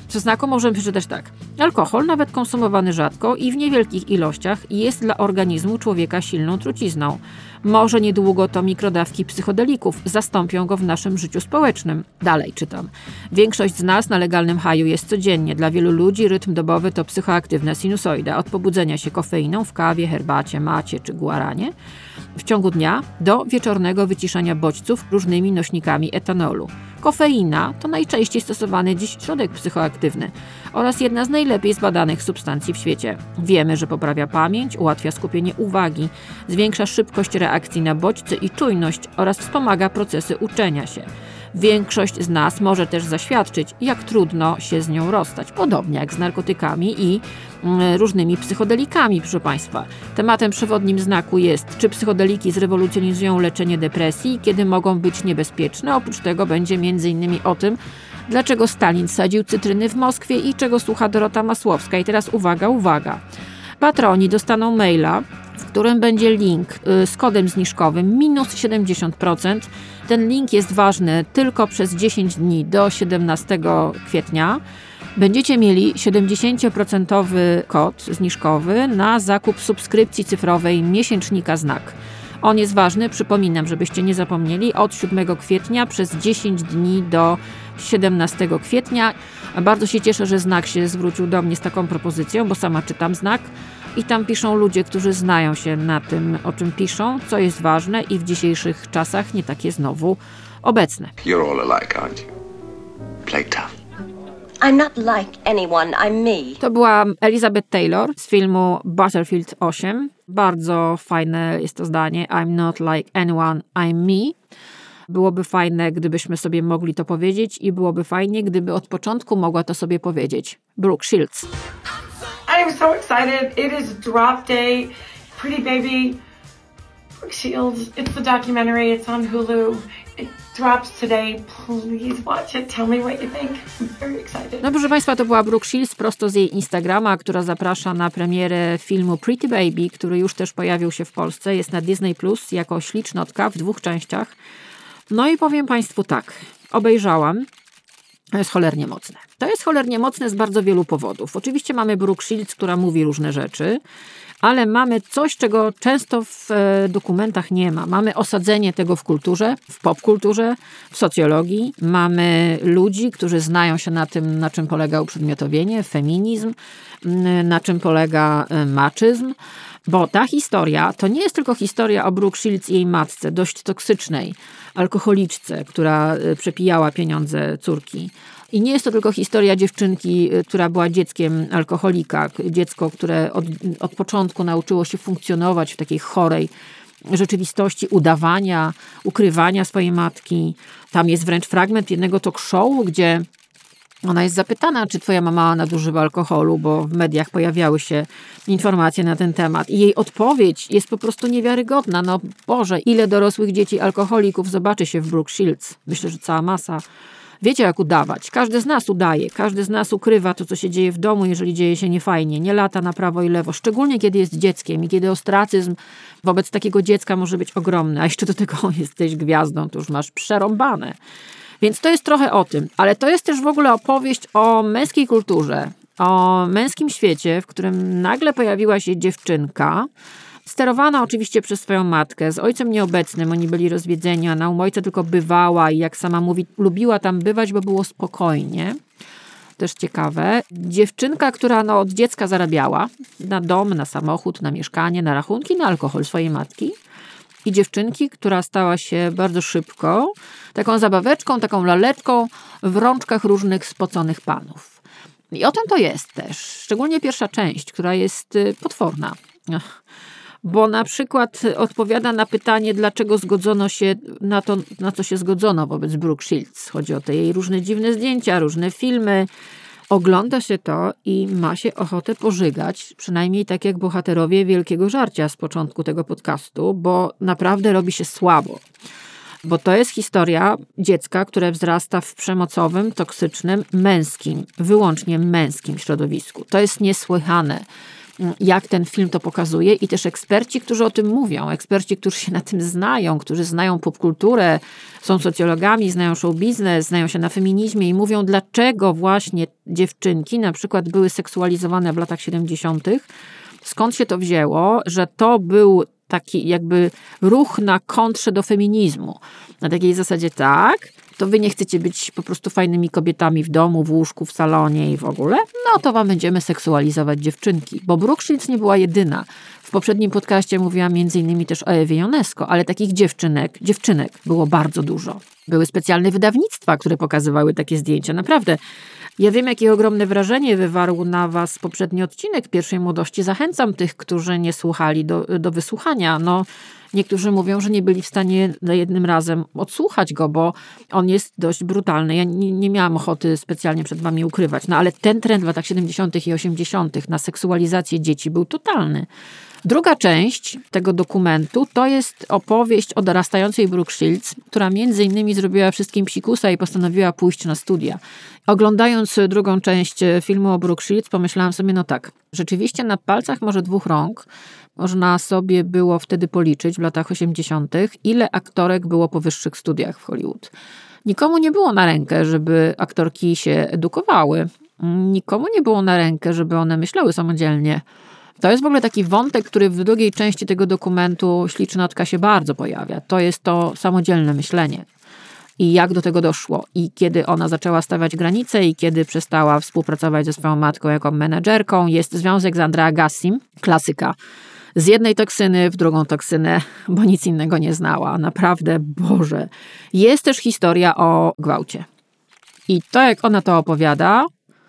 W znaku możemy przeczytać tak. Alkohol, nawet konsumowany rzadko i w niewielkich ilościach, jest dla organizmu człowieka silną trucizną. Może niedługo to mikrodawki psychodelików zastąpią go w naszym życiu społecznym. Dalej czytam. Większość z nas na legalnym haju jest codziennie. Dla wielu ludzi rytm dobowy to psychoaktywna sinusoida. Od pobudzenia się kofeiną w kawie, herbacie, macie czy guaranie w ciągu dnia do wieczornego wyciszania bodźców różnymi nośnikami etanolu. Kofeina to najczęściej stosowany dziś środek psychoaktywny oraz jedna z najlepiej zbadanych substancji w świecie. Wiemy, że poprawia pamięć, ułatwia skupienie uwagi, zwiększa szybkość reakcji na bodźce i czujność oraz wspomaga procesy uczenia się. Większość z nas może też zaświadczyć, jak trudno się z nią rozstać, podobnie jak z narkotykami i różnymi psychodelikami, proszę Państwa. Tematem przewodnim znaku jest, czy psychodeliki zrewolucjonizują leczenie depresji, kiedy mogą być niebezpieczne. Oprócz tego będzie m.in. o tym, dlaczego Stalin sadził cytryny w Moskwie i czego słucha Dorota Masłowska. I teraz uwaga. Patroni dostaną maila, w którym będzie link z kodem zniżkowym minus 70%. Ten link jest ważny tylko przez 10 dni do 17 kwietnia. Będziecie mieli 70% kod zniżkowy na zakup subskrypcji cyfrowej miesięcznika Znak. On jest ważny, przypominam, żebyście nie zapomnieli, od 7 kwietnia przez 10 dni do 17 kwietnia. Bardzo się cieszę, że Znak się zwrócił do mnie z taką propozycją, bo sama czytam Znak i tam piszą ludzie, którzy znają się na tym, o czym piszą, co jest ważne i w dzisiejszych czasach nie takie znowu obecne. You're all alike, aren't you? Play tough. I'm not like anyone, I'm me. To była Elizabeth Taylor z filmu Battlefield 8. Bardzo fajne jest to zdanie. I'm not like anyone, I'm me. Byłoby fajne, gdybyśmy sobie mogli to powiedzieć i byłoby fajnie, gdyby od początku mogła to sobie powiedzieć Brooke Shields. I'm so excited. It is drop day. Pretty Baby, Brooke Shields. It's the documentary. It's on Hulu. It drops today. Please watch it. Tell me what you think. I'm very excited. No proszę Państwa, to była Brooke Shields prosto z jej Instagrama, która zaprasza na premierę filmu Pretty Baby, który już też pojawił się w Polsce. Jest na Disney Plus jako ślicznotka w 2 częściach. No i powiem Państwu tak. Obejrzałam. To jest cholernie mocne. To jest cholernie mocne z bardzo wielu powodów. Oczywiście mamy Brooke Shields, która mówi różne rzeczy, ale mamy coś, czego często w dokumentach nie ma. Mamy osadzenie tego w kulturze, w popkulturze, w socjologii. Mamy ludzi, którzy znają się na tym, na czym polega uprzedmiotowienie, feminizm, na czym polega maczyzm. Bo ta historia to nie jest tylko historia o Brooke Shields i jej matce, dość toksycznej, alkoholiczce, która przepijała pieniądze córki. I nie jest to tylko historia dziewczynki, która była dzieckiem alkoholika. Dziecko, które od początku nauczyło się funkcjonować w takiej chorej rzeczywistości, udawania, ukrywania swojej matki. Tam jest wręcz fragment jednego talk show, gdzie ona jest zapytana, czy twoja mama nadużywa alkoholu, bo w mediach pojawiały się informacje na ten temat. I jej odpowiedź jest po prostu niewiarygodna. No Boże, ile dorosłych dzieci alkoholików zobaczy się w Brooke Shields? Myślę, że cała masa. Wiecie, jak udawać. Każdy z nas udaje. Każdy z nas ukrywa to, co się dzieje w domu, jeżeli dzieje się niefajnie. Nie lata na prawo i lewo. Szczególnie, kiedy jest dzieckiem i kiedy ostracyzm wobec takiego dziecka może być ogromny. A jeszcze do tego jesteś gwiazdą, to już masz przerąbane. Więc to jest trochę o tym, ale to jest też w ogóle opowieść o męskiej kulturze, o męskim świecie, w którym nagle pojawiła się dziewczynka, sterowana oczywiście przez swoją matkę, z ojcem nieobecnym, oni byli rozwiedzeni, ona u ojca tylko bywała i jak sama mówi, lubiła tam bywać, bo było spokojnie. Też ciekawe. Dziewczynka, która od dziecka zarabiała na dom, na samochód, na mieszkanie, na rachunki, na alkohol swojej matki. I dziewczynki, która stała się bardzo szybko taką zabaweczką, taką laleczką w rączkach różnych spoconych panów. I o tym to jest też. Szczególnie pierwsza część, która jest potworna. Bo na przykład odpowiada na pytanie, dlaczego zgodzono się na to, na co się zgodzono wobec Brooke Shields. Chodzi o te jej różne dziwne zdjęcia, różne filmy. Ogląda się to i ma się ochotę pożygać, przynajmniej tak jak bohaterowie Wielkiego Żarcia z początku tego podcastu, bo naprawdę robi się słabo. Bo to jest historia dziecka, które wzrasta w przemocowym, toksycznym, męskim, wyłącznie męskim środowisku. To jest niesłychane. jak ten film to pokazuje i też eksperci, którzy o tym mówią, eksperci, którzy się na tym znają, którzy znają popkulturę, są socjologami, znają show biznes, znają się na feminizmie i mówią, dlaczego właśnie dziewczynki na przykład były seksualizowane w latach 70., skąd się to wzięło, że to był taki jakby ruch na kontrze do feminizmu. Na takiej zasadzie tak, to wy nie chcecie być po prostu fajnymi kobietami w domu, w łóżku, w salonie i w ogóle, no to wam będziemy seksualizować dziewczynki. Bo Brooke Shields nie była jedyna. W poprzednim podcaście mówiłam m.in. też o Ewie Ionesco, ale takich dziewczynek było bardzo dużo. Były specjalne wydawnictwa, które pokazywały takie zdjęcia. Naprawdę. Ja wiem, jakie ogromne wrażenie wywarł na was poprzedni odcinek Pierwszej Młodości. Zachęcam tych, którzy nie słuchali do wysłuchania. No, niektórzy mówią, że nie byli w stanie za jednym razem odsłuchać go, bo on jest dość brutalny. Ja nie miałam ochoty specjalnie przed wami ukrywać. No ale ten trend w latach 70. i 80. na seksualizację dzieci był totalny. Druga część tego dokumentu to jest opowieść o dorastającej Brooke Shields, która między innymi zrobiła wszystkim psikusa i postanowiła pójść na studia. Oglądając drugą część filmu o Brooke Shields, pomyślałam sobie, no tak, rzeczywiście na palcach może 2 rąk można sobie było wtedy policzyć w latach 80., ile aktorek było po wyższych studiach w Hollywood. Nikomu nie było na rękę, żeby aktorki się edukowały. Nikomu nie było na rękę, żeby one myślały samodzielnie. To jest w ogóle taki wątek, który w drugiej części tego dokumentu Ślicznotka się bardzo pojawia. To jest to samodzielne myślenie. I jak do tego doszło. I kiedy ona zaczęła stawiać granice i kiedy przestała współpracować ze swoją matką jako menedżerką. Jest związek z Andrea Gassim, klasyka. Z jednej toksyny w drugą toksynę, bo nic innego nie znała. Naprawdę, Boże. Jest też historia o gwałcie. I to, jak ona to opowiada,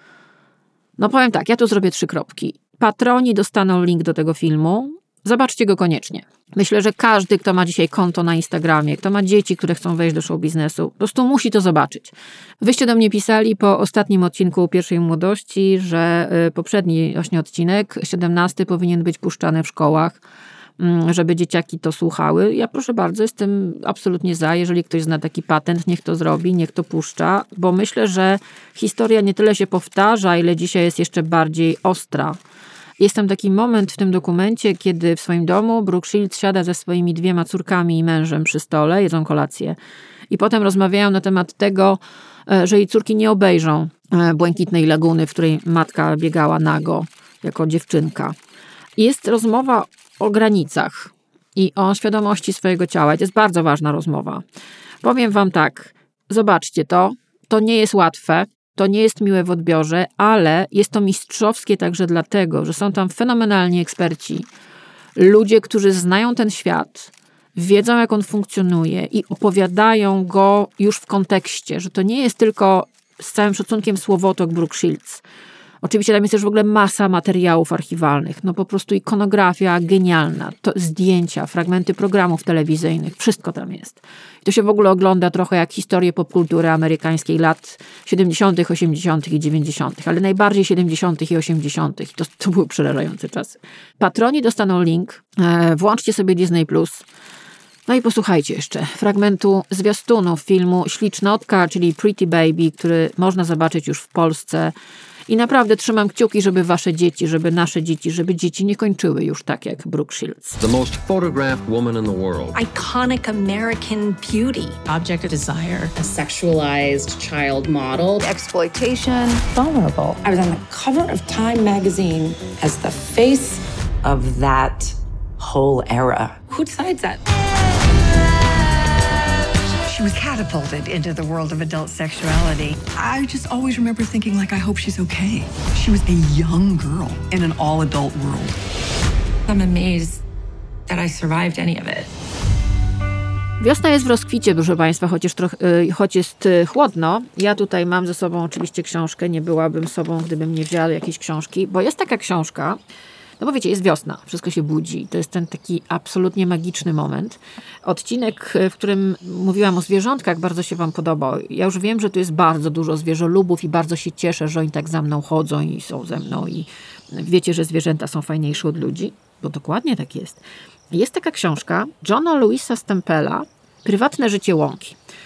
no powiem tak, ja tu zrobię 3 kropki. Patroni dostaną link do tego filmu. Zobaczcie go koniecznie. Myślę, że każdy, kto ma dzisiaj konto na Instagramie, kto ma dzieci, które chcą wejść do show biznesu, po prostu musi to zobaczyć. Wyście do mnie pisali po ostatnim odcinku Pierwszej Młodości, że poprzedni właśnie odcinek, 17, powinien być puszczany w szkołach, żeby dzieciaki to słuchały. Ja proszę bardzo, jestem absolutnie za. Jeżeli ktoś zna taki patent, niech to zrobi, niech to puszcza, bo myślę, że historia nie tyle się powtarza, ile dzisiaj jest jeszcze bardziej ostra. Jest tam taki moment w tym dokumencie, kiedy w swoim domu Brooke Shields siada ze swoimi 2 córkami i mężem przy stole, jedzą kolację. I potem rozmawiają na temat tego, że jej córki nie obejrzą Błękitnej Laguny, w której matka biegała nago jako dziewczynka. I jest rozmowa o granicach i o świadomości swojego ciała. I to jest bardzo ważna rozmowa. Powiem wam tak, zobaczcie to. To nie jest łatwe. To nie jest miłe w odbiorze, ale jest to mistrzowskie także dlatego, że są tam fenomenalni eksperci. Ludzie, którzy znają ten świat, wiedzą, jak on funkcjonuje i opowiadają go już w kontekście, że to nie jest tylko z całym szacunkiem słowotok Brooke Shields. Oczywiście tam jest też w ogóle masa materiałów archiwalnych. No po prostu ikonografia genialna. To zdjęcia, fragmenty programów telewizyjnych. Wszystko tam jest. I to się w ogóle ogląda trochę jak historię popkultury amerykańskiej lat 70., 80. i 90., ale najbardziej 70. i 80. I to były przerażające czasy. Patroni dostaną link. Włączcie sobie Disney+. No i posłuchajcie jeszcze fragmentu zwiastunu filmu Ślicznotka, czyli Pretty Baby, który można zobaczyć już w Polsce. I naprawdę trzymam kciuki, żeby wasze dzieci, żeby nasze dzieci, żeby dzieci nie kończyły już tak jak Brooke Shields. The most photographed woman in the world. Iconic American beauty. Object of desire. A sexualized child model. Exploitation. Vulnerable. I was on the cover of Time magazine as the face of that whole era. Who decides that? She was catapulted into the world of adult sexuality. I just always remember thinking, like, I hope she's okay. She was a young girl in an all-adult world. I'm amazed that I survived any of it. Wiosna jest w rozkwicie, proszę państwa, choć jest chłodno. Ja tutaj mam ze sobą oczywiście książkę. Nie byłabym sobą, gdybym nie wzięła jakiejś książki, bo jest taka książka. No bo wiecie, jest wiosna, wszystko się budzi. To jest ten taki absolutnie magiczny moment. Odcinek, w którym mówiłam o zwierzątkach, bardzo się wam podobał. Ja już wiem, że tu jest bardzo dużo zwierzolubów i bardzo się cieszę, że oni tak za mną chodzą i są ze mną i wiecie, że zwierzęta są fajniejsze od ludzi, bo dokładnie tak jest. Jest taka książka Johna Louisa Stempela, Prywatne życie łąki.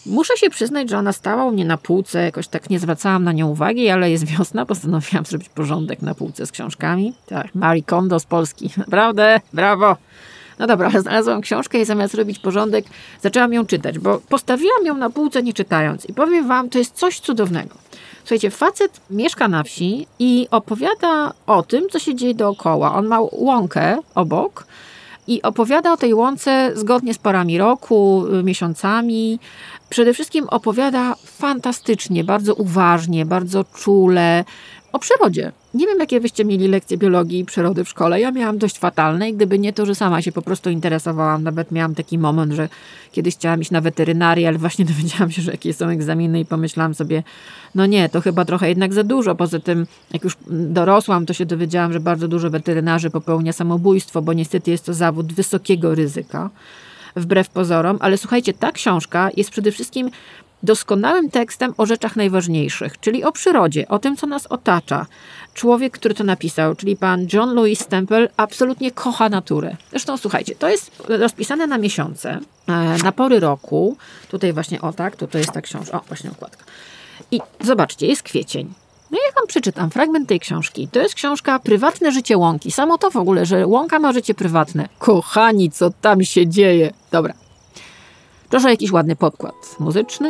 Muszę się przyznać, że ona stała u mnie na półce, jakoś tak nie zwracałam na nią uwagi, ale jest wiosna, postanowiłam zrobić porządek na półce z książkami. Tak, Marie Kondo z Polski. Naprawdę, brawo. No dobra, ale znalazłam książkę i zamiast robić porządek, zaczęłam ją czytać, bo postawiłam ją na półce nie czytając. I powiem wam, to jest coś cudownego. Słuchajcie, facet mieszka na wsi i opowiada o tym, co się dzieje dookoła. On ma łąkę obok i opowiada o tej łące zgodnie z porami roku, miesiącami. Przede wszystkim opowiada fantastycznie, bardzo uważnie, bardzo czule o przyrodzie. Nie wiem, jakie wyście mieli lekcje biologii i przyrody w szkole. Ja miałam dość fatalne i gdyby nie to, że sama się po prostu interesowałam, nawet miałam taki moment, że kiedyś chciałam iść na weterynarię, ale właśnie dowiedziałam się, że jakie są egzaminy i pomyślałam sobie, no nie, to chyba trochę jednak za dużo. Poza tym, jak już dorosłam, to się dowiedziałam, że bardzo dużo weterynarzy popełnia samobójstwo, bo niestety jest to zawód wysokiego ryzyka, wbrew pozorom. Ale słuchajcie, ta książka jest przede wszystkim doskonałym tekstem o rzeczach najważniejszych, czyli o przyrodzie, o tym, co nas otacza. Człowiek, który to napisał, czyli pan John Louis Stempel, absolutnie kocha naturę. Zresztą słuchajcie, to jest rozpisane na miesiące, na pory roku. Tutaj właśnie, o tak, to jest ta książka. O, właśnie okładka. I zobaczcie, jest kwiecień. No i ja wam przeczytam fragment tej książki. To jest książka Prywatne życie łąki. Samo to w ogóle, że łąka ma życie prywatne. Kochani, co tam się dzieje? Dobra. Proszę o jakiś ładny podkład muzyczny.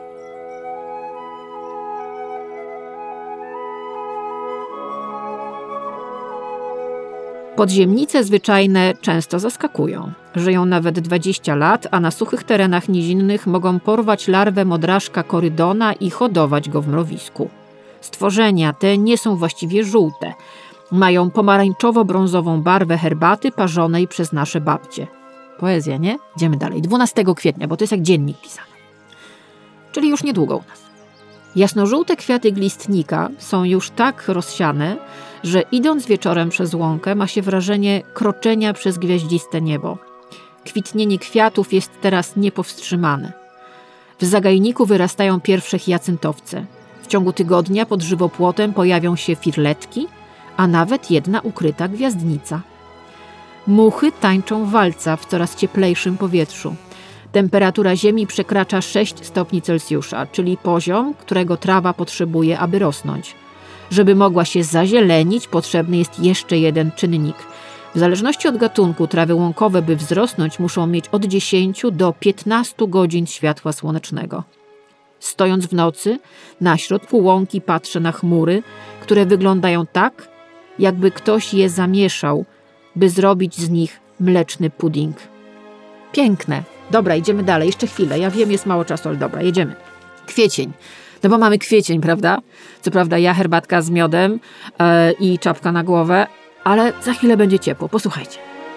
Podziemnice zwyczajne często zaskakują. Żyją nawet 20 lat, a na suchych terenach nizinnych mogą porwać larwę modraszka korydona i hodować go w mrowisku. Stworzenia te nie są właściwie żółte. Mają pomarańczowo-brązową barwę herbaty parzonej przez nasze babcie. Poezja, nie? Idziemy dalej. 12 kwietnia, bo to jest jak dziennik pisany. Czyli już niedługo u nas. Jasnożółte kwiaty glistnika są już tak rozsiane, że idąc wieczorem przez łąkę ma się wrażenie kroczenia przez gwiaździste niebo. Kwitnienie kwiatów jest teraz niepowstrzymane. W zagajniku wyrastają pierwsze hiacyntowce. W ciągu tygodnia pod żywopłotem pojawią się firletki, a nawet jedna ukryta gwiazdnica. Muchy tańczą walca w coraz cieplejszym powietrzu. Temperatura ziemi przekracza 6 stopni Celsjusza, czyli poziom, którego trawa potrzebuje, aby rosnąć. Żeby mogła się zazielenić, potrzebny jest jeszcze jeden czynnik. W zależności od gatunku trawy łąkowe, by wzrosnąć, muszą mieć od 10 do 15 godzin światła słonecznego. Stojąc w nocy, na środku łąki patrzę na chmury, które wyglądają tak, jakby ktoś je zamieszał, by zrobić z nich mleczny pudding. Piękne. Dobra, idziemy dalej. Jeszcze chwilę. Ja wiem, jest mało czasu, ale dobra, jedziemy. Kwiecień. No bo mamy kwiecień, prawda? Co prawda ja herbatka z miodem i czapka na głowę, ale za chwilę będzie ciepło. Posłuchajcie.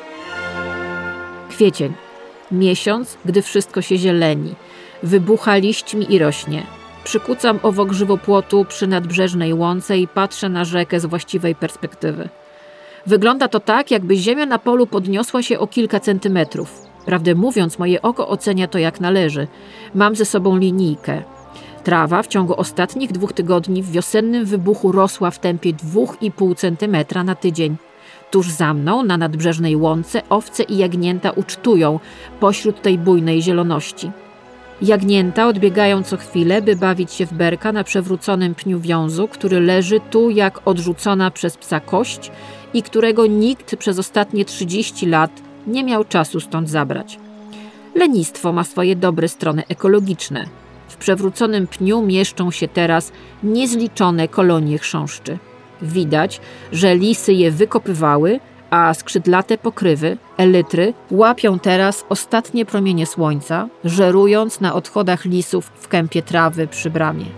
Kwiecień. Miesiąc, gdy wszystko się zieleni. Wybucha liśćmi i rośnie. Przykucam owok żywopłotu przy nadbrzeżnej łące i patrzę na rzekę z właściwej perspektywy. Wygląda to tak, jakby ziemia na polu podniosła się o kilka centymetrów. Prawdę mówiąc, moje oko ocenia to jak należy. Mam ze sobą linijkę. Trawa w ciągu ostatnich 2 tygodni w wiosennym wybuchu rosła w tempie 2,5 cm na tydzień. Tuż za mną, na nadbrzeżnej łące, owce i jagnięta ucztują pośród tej bujnej zieloności. Jagnięta odbiegają co chwilę, by bawić się w berka na przewróconym pniu wiązu, który leży tu jak odrzucona przez psa kość i którego nikt przez ostatnie 30 lat nie miał czasu stąd zabrać. Lenistwo ma swoje dobre strony ekologiczne. W przewróconym pniu mieszczą się teraz niezliczone kolonie chrząszczy. Widać, że lisy je wykopywały, a skrzydlate pokrywy, elytry, łapią teraz ostatnie promienie słońca, żerując na odchodach lisów w kępie trawy przy bramie.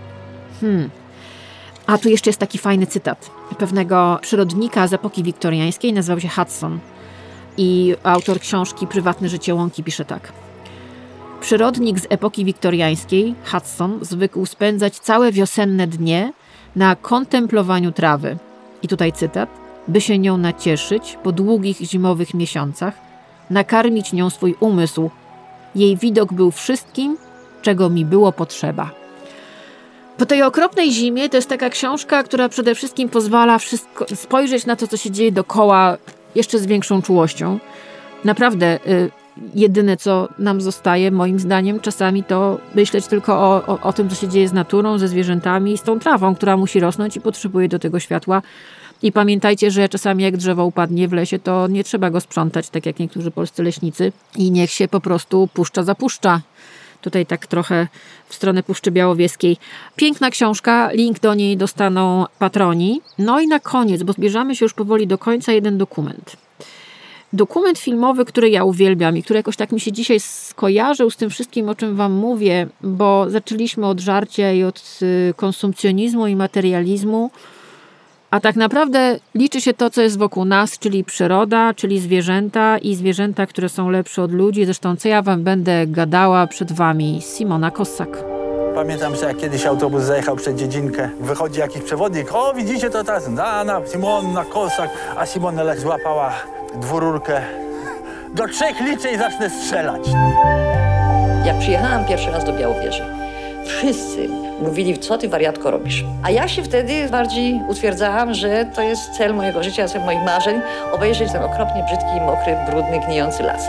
A tu jeszcze jest taki fajny cytat pewnego przyrodnika z epoki wiktoriańskiej, nazywał się Hudson. I autor książki Prywatne życie łąki pisze tak. Przyrodnik z epoki wiktoriańskiej, Hudson, zwykł spędzać całe wiosenne dnie na kontemplowaniu trawy. I tutaj cytat. By się nią nacieszyć po długich zimowych miesiącach, nakarmić nią swój umysł. Jej widok był wszystkim, czego mi było potrzeba. Po tej okropnej zimie to jest taka książka, która przede wszystkim pozwala spojrzeć na to, co się dzieje dookoła jeszcze z większą czułością. Naprawdę, jedyne, co nam zostaje, moim zdaniem, czasami to myśleć tylko o tym, co się dzieje z naturą, ze zwierzętami, z tą trawą, która musi rosnąć i potrzebuje do tego światła. I pamiętajcie, że czasami jak drzewo upadnie w lesie, to nie trzeba go sprzątać, tak jak niektórzy polscy leśnicy, i niech się po prostu puszcza zapuszcza. Tutaj tak trochę w stronę Puszczy Białowieskiej. Piękna książka, link do niej dostaną patroni. No i na koniec, bo zbierzamy się już powoli do końca, jeden dokument. Dokument filmowy, który ja uwielbiam i który jakoś tak mi się dzisiaj skojarzył z tym wszystkim, o czym wam mówię, bo zaczęliśmy od żarcia i od konsumpcjonizmu i materializmu, a tak naprawdę liczy się to, co jest wokół nas, czyli przyroda, czyli zwierzęta i zwierzęta, które są lepsze od ludzi. Zresztą co ja wam będę gadała przed wami, Simona Kossak. Pamiętam, że jak kiedyś autobus zajechał przed dziedzinkę, wychodzi jakiś przewodnik, o widzicie to teraz, Dana, Simona Kossak, a Simona złapała dwururkę. Do 3 liczę i zacznę strzelać. Jak przyjechałam pierwszy raz do Białowieży, wszyscy mówili, co ty wariatko robisz. A ja się wtedy bardziej utwierdzałam, że to jest cel mojego życia, cel moich marzeń, obejrzeć ten okropnie brzydki, mokry, brudny, gnijący las.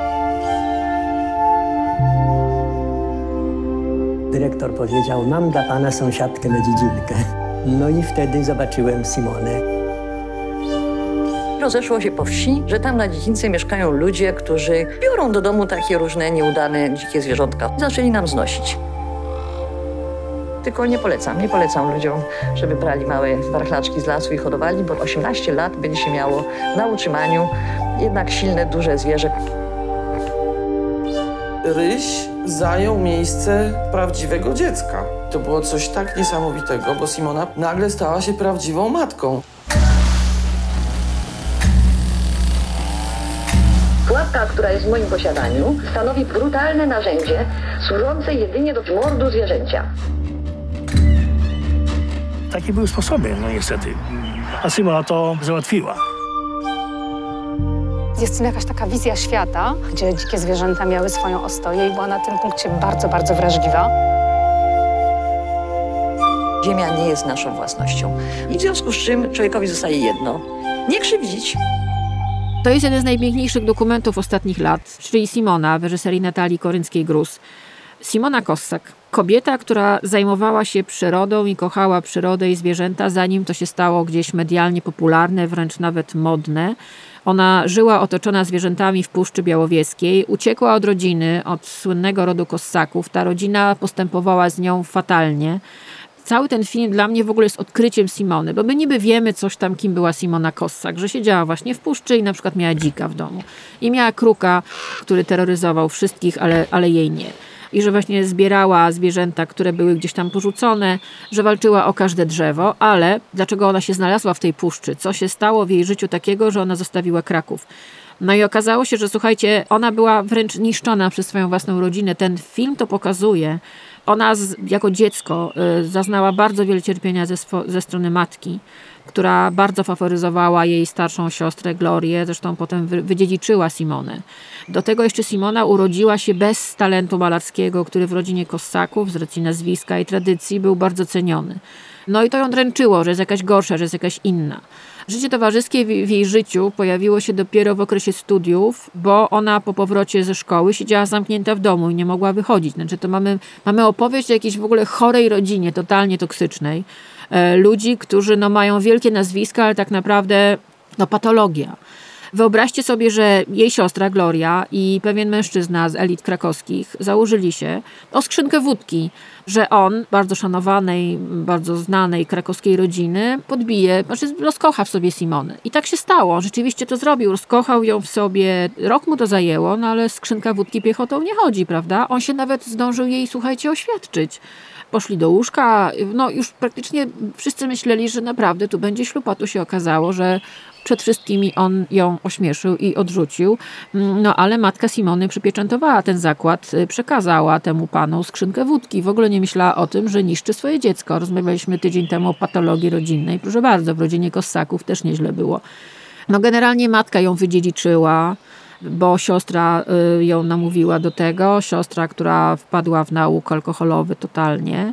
Dyrektor powiedział, mam dla pana sąsiadkę na dziedzinkę. No i wtedy zobaczyłem Simonę. Rozeszło się po wsi, że tam na dziedzince mieszkają ludzie, którzy biorą do domu takie różne nieudane, dzikie zwierzątka. Zaczęli nam znosić. Tylko nie polecam ludziom, żeby brali małe warchlaczki z lasu i hodowali, bo 18 lat będzie się miało na utrzymaniu jednak silne, duże zwierzę. Ryś zajął miejsce prawdziwego dziecka. To było coś tak niesamowitego, bo Simona nagle stała się prawdziwą matką. Pułapka, która jest w moim posiadaniu, stanowi brutalne narzędzie służące jedynie do mordu zwierzęcia. Takie były sposoby, no niestety. A Simona to załatwiła. Jest w tym jakaś taka wizja świata, gdzie dzikie zwierzęta miały swoją ostoję i była na tym punkcie bardzo, bardzo wrażliwa. Ziemia nie jest naszą własnością. I w związku z czym człowiekowi zostaje jedno: nie krzywdzić. To jest jeden z najpiękniejszych dokumentów ostatnich lat, czyli Simona w reżyserii Natalii Korynckiej-Grus. Simona Kossak. Kobieta, która zajmowała się przyrodą i kochała przyrodę i zwierzęta, zanim to się stało gdzieś medialnie popularne, wręcz nawet modne. Ona żyła otoczona zwierzętami w Puszczy Białowieskiej, uciekła od rodziny, od słynnego rodu Kossaków. Ta rodzina postępowała z nią fatalnie. Cały ten film dla mnie w ogóle jest odkryciem Simony, bo my niby wiemy coś tam, kim była Simona Kossak, że siedziała właśnie w puszczy i na przykład miała dzika w domu. I miała kruka, który terroryzował wszystkich, ale jej nie. I że właśnie zbierała zwierzęta, które były gdzieś tam porzucone, że walczyła o każde drzewo, ale dlaczego ona się znalazła w tej puszczy? Co się stało w jej życiu takiego, że ona zostawiła Kraków? No i okazało się, że słuchajcie, ona była wręcz niszczona przez swoją własną rodzinę. Ten film to pokazuje. Ona jako dziecko zaznała bardzo wiele cierpienia ze strony matki, która bardzo faworyzowała jej starszą siostrę Glorię, zresztą potem wydziedziczyła Simonę. Do tego jeszcze Simona urodziła się bez talentu malarskiego, który w rodzinie Kossaków z racji nazwiska i tradycji był bardzo ceniony. No i to ją dręczyło, że jest jakaś gorsza, że jest jakaś inna. Życie towarzyskie w jej życiu pojawiło się dopiero w okresie studiów, bo ona po powrocie ze szkoły siedziała zamknięta w domu i nie mogła wychodzić. Znaczy to mamy opowieść o jakiejś w ogóle chorej rodzinie, totalnie toksycznej. Ludzi, którzy mają wielkie nazwiska, ale tak naprawdę patologia. Wyobraźcie sobie, że jej siostra Gloria i pewien mężczyzna z elit krakowskich założyli się o skrzynkę wódki, że on, bardzo szanowanej, bardzo znanej krakowskiej rodziny, rozkocha w sobie Simonę. I tak się stało. Rzeczywiście to zrobił. Rozkochał ją w sobie. Rok mu to zajęło, no ale skrzynka wódki piechotą nie chodzi, prawda? On się nawet zdążył jej, słuchajcie, oświadczyć. Poszli do łóżka, już praktycznie wszyscy myśleli, że naprawdę tu będzie ślub, a tu się okazało, że przed wszystkimi on ją ośmieszył i odrzucił. No ale matka Simony przypieczętowała ten zakład, przekazała temu panu skrzynkę wódki. W ogóle nie myślała o tym, że niszczy swoje dziecko. Rozmawialiśmy tydzień temu o patologii rodzinnej. Proszę bardzo, w rodzinie Kossaków też nieźle było. Generalnie matka ją wydziedziczyła, bo siostra ją namówiła do tego. Siostra, która wpadła w nauk alkoholowy totalnie.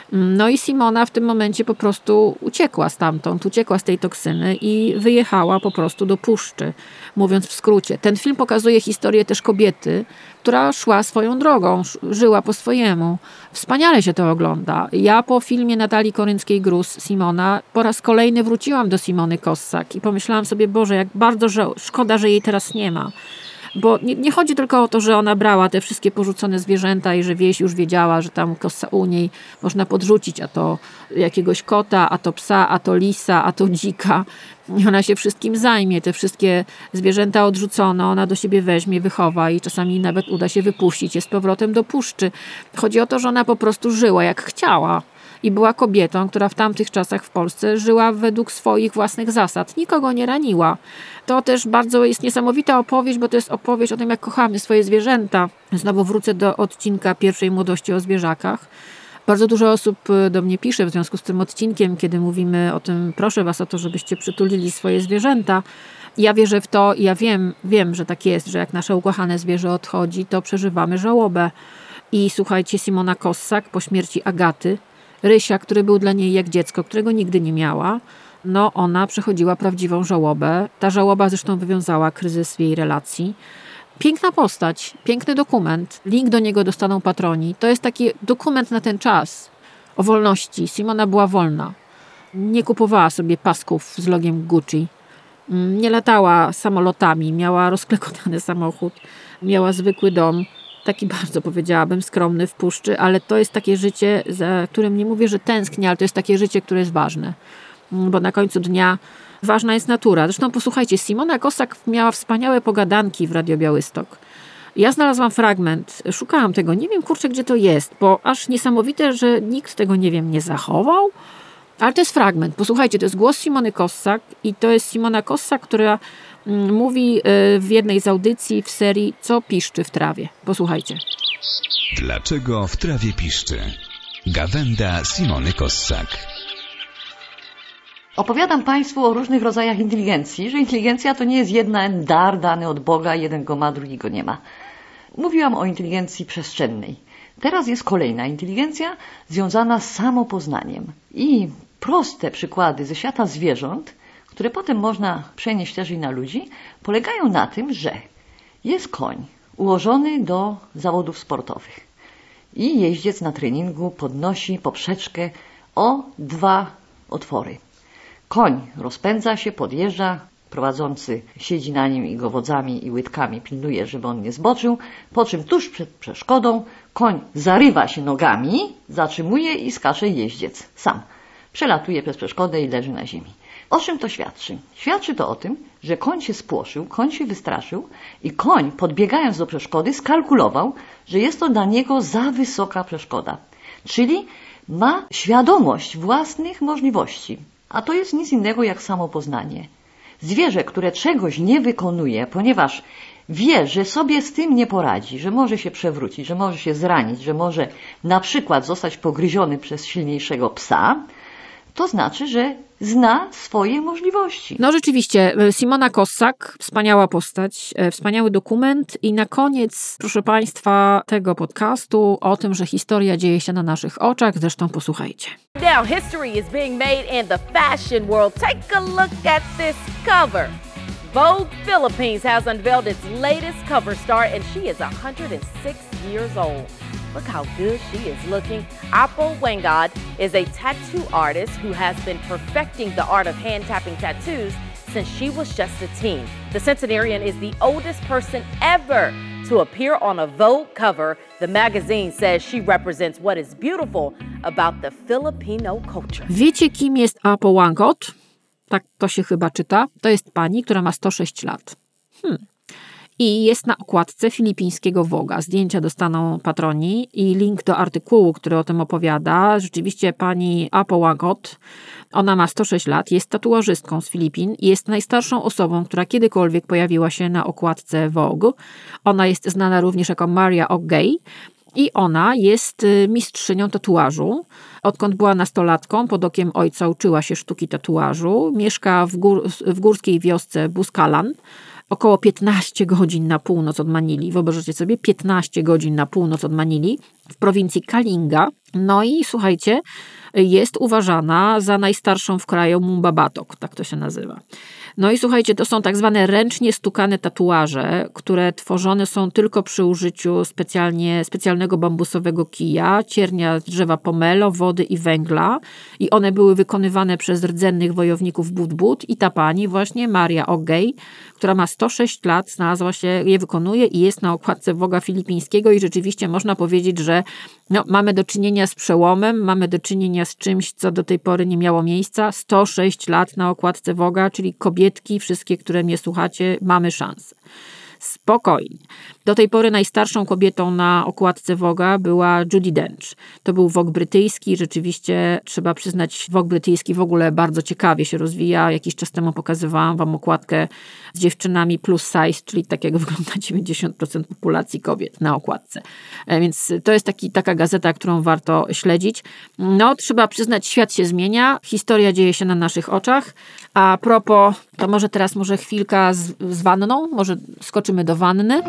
No i Simona w tym momencie po prostu uciekła stamtąd, uciekła z tej toksyny i wyjechała po prostu do puszczy, mówiąc w skrócie. Ten film pokazuje historię też kobiety, która szła swoją drogą, żyła po swojemu. Wspaniale się to ogląda. Ja po filmie Natalii Korynckiej-Grus, Simona, po raz kolejny wróciłam do Simony Kossak i pomyślałam sobie, Boże, jak bardzo szkoda, że jej teraz nie ma. Bo nie chodzi tylko o to, że ona brała te wszystkie porzucone zwierzęta i że wieś już wiedziała, że tam u niej można podrzucić, a to jakiegoś kota, a to psa, a to lisa, a to dzika. I ona się wszystkim zajmie. Te wszystkie zwierzęta odrzucone, ona do siebie weźmie, wychowa i czasami nawet uda się wypuścić je z powrotem do puszczy. Chodzi o to, że ona po prostu żyła jak chciała. I była kobietą, która w tamtych czasach w Polsce żyła według swoich własnych zasad. Nikogo nie raniła. To też bardzo jest niesamowita opowieść, bo to jest opowieść o tym, jak kochamy swoje zwierzęta. Znowu wrócę do odcinka Pierwszej młodości o zwierzakach. Bardzo dużo osób do mnie pisze w związku z tym odcinkiem, kiedy mówimy o tym, proszę was o to, żebyście przytulili swoje zwierzęta. Ja wierzę w to i ja wiem, że tak jest, że jak nasze ukochane zwierzę odchodzi, to przeżywamy żałobę. I słuchajcie, Simona Kossak po śmierci Agaty, Rysia, który był dla niej jak dziecko, którego nigdy nie miała, no ona przechodziła prawdziwą żałobę. Ta żałoba zresztą wywiązała kryzys w jej relacji. Piękna postać, piękny dokument. Link do niego dostaną patroni. To jest taki dokument na ten czas o wolności. Simona była wolna. Nie kupowała sobie pasków z logiem Gucci. Nie latała samolotami. Miała rozklekotany samochód. Miała zwykły dom. Taki bardzo, powiedziałabym, skromny w puszczy, ale to jest takie życie, za którym nie mówię, że tęsknię, ale to jest takie życie, które jest ważne. Bo na końcu dnia ważna jest natura. Zresztą posłuchajcie, Simona Kossak miała wspaniałe pogadanki w Radio Białystok. Ja znalazłam fragment, szukałam tego, nie wiem kurczę gdzie to jest, bo aż niesamowite, że nikt tego, nie wiem, nie zachował, ale to jest fragment. Posłuchajcie, to jest głos Simony Kossak i to jest Simona Kossak, która mówi w jednej z audycji w serii Co piszczy w trawie. Posłuchajcie. Dlaczego w trawie piszczy? Gawenda Simony Kossak. Opowiadam Państwu o różnych rodzajach inteligencji, że inteligencja to nie jest jeden dar dany od Boga, jeden go ma, drugi go nie ma. Mówiłam o inteligencji przestrzennej. Teraz jest kolejna inteligencja związana z samopoznaniem. I proste przykłady ze świata zwierząt, które potem można przenieść też i na ludzi, polegają na tym, że jest koń ułożony do zawodów sportowych i jeździec na treningu podnosi poprzeczkę o 2 otwory. Koń rozpędza się, podjeżdża, prowadzący siedzi na nim i go wodzami i łydkami pilnuje, żeby on nie zboczył, po czym tuż przed przeszkodą koń zarywa się nogami, zatrzymuje i skacze jeździec sam. Przelatuje przez przeszkodę i leży na ziemi. O czym to świadczy? Świadczy to o tym, że koń się spłoszył, koń się wystraszył i koń, podbiegając do przeszkody, skalkulował, że jest to dla niego za wysoka przeszkoda. Czyli ma świadomość własnych możliwości, a to jest nic innego jak samopoznanie. Zwierzę, które czegoś nie wykonuje, ponieważ wie, że sobie z tym nie poradzi, że może się przewrócić, że może się zranić, że może na przykład zostać pogryziony przez silniejszego psa, to znaczy, że zna swoje możliwości. No rzeczywiście, Simona Kossak, wspaniała postać, wspaniały dokument i na koniec, proszę Państwa, tego podcastu o tym, że historia dzieje się na naszych oczach, zresztą posłuchajcie. Now history is being made in the fashion world. Take a look at this cover. Vogue Philippines has unveiled its latest cover star and she is 106 years old. Look how good she is looking. Apo Wengad is a tattoo artist who has been perfecting the art of hand-tapping tattoos since she was just a teen. The centenarian is the oldest person ever to appear on a Vogue cover. The magazine says she represents what is beautiful about the Filipino culture. Wiecie, kim jest Apo Wengad? Tak to się chyba czyta. To jest pani, która ma 106 lat. I jest na okładce filipińskiego Vogue'a. Zdjęcia dostaną patroni i link do artykułu, który o tym opowiada. Rzeczywiście pani Apo Wengad, ona ma 106 lat, jest tatuażystką z Filipin i jest najstarszą osobą, która kiedykolwiek pojawiła się na okładce Vogue. Ona jest znana również jako Maria O'Gay i ona jest mistrzynią tatuażu. Odkąd była nastolatką, pod okiem ojca uczyła się sztuki tatuażu. Mieszka w górskiej wiosce Buskalan. około 15 godzin na północ od Manili. Wyobraźcie sobie, 15 godzin na północ od Manili w prowincji Kalinga. No i słuchajcie, jest uważana za najstarszą w kraju Mumbabatok, tak to się nazywa. No i słuchajcie, to są tak zwane ręcznie stukane tatuaże, które tworzone są tylko przy użyciu specjalnego bambusowego kija, ciernia z drzewa pomelo, wody i węgla. I one były wykonywane przez rdzennych wojowników Budbud i ta pani właśnie, Maria Ogej, która ma 106 lat, znalazła się, je wykonuje i jest na okładce Vogue'a filipińskiego i rzeczywiście można powiedzieć, że mamy do czynienia z przełomem, mamy do czynienia z czymś, co do tej pory nie miało miejsca. 106 lat na okładce Vogue'a, czyli kobietki, wszystkie, które mnie słuchacie, mamy szansę. Spokojnie. Do tej pory najstarszą kobietą na okładce Vogue'a była Judi Dench. To był Vogue brytyjski. Rzeczywiście trzeba przyznać, Vogue brytyjski w ogóle bardzo ciekawie się rozwija. Jakiś czas temu pokazywałam wam okładkę z dziewczynami plus size, czyli tak jak wygląda 90% populacji kobiet na okładce. Więc to jest taka gazeta, którą warto śledzić. No, trzeba przyznać, świat się zmienia. Historia dzieje się na naszych oczach. A propos, to może chwilka z wanną? Może skoczymy do wanny?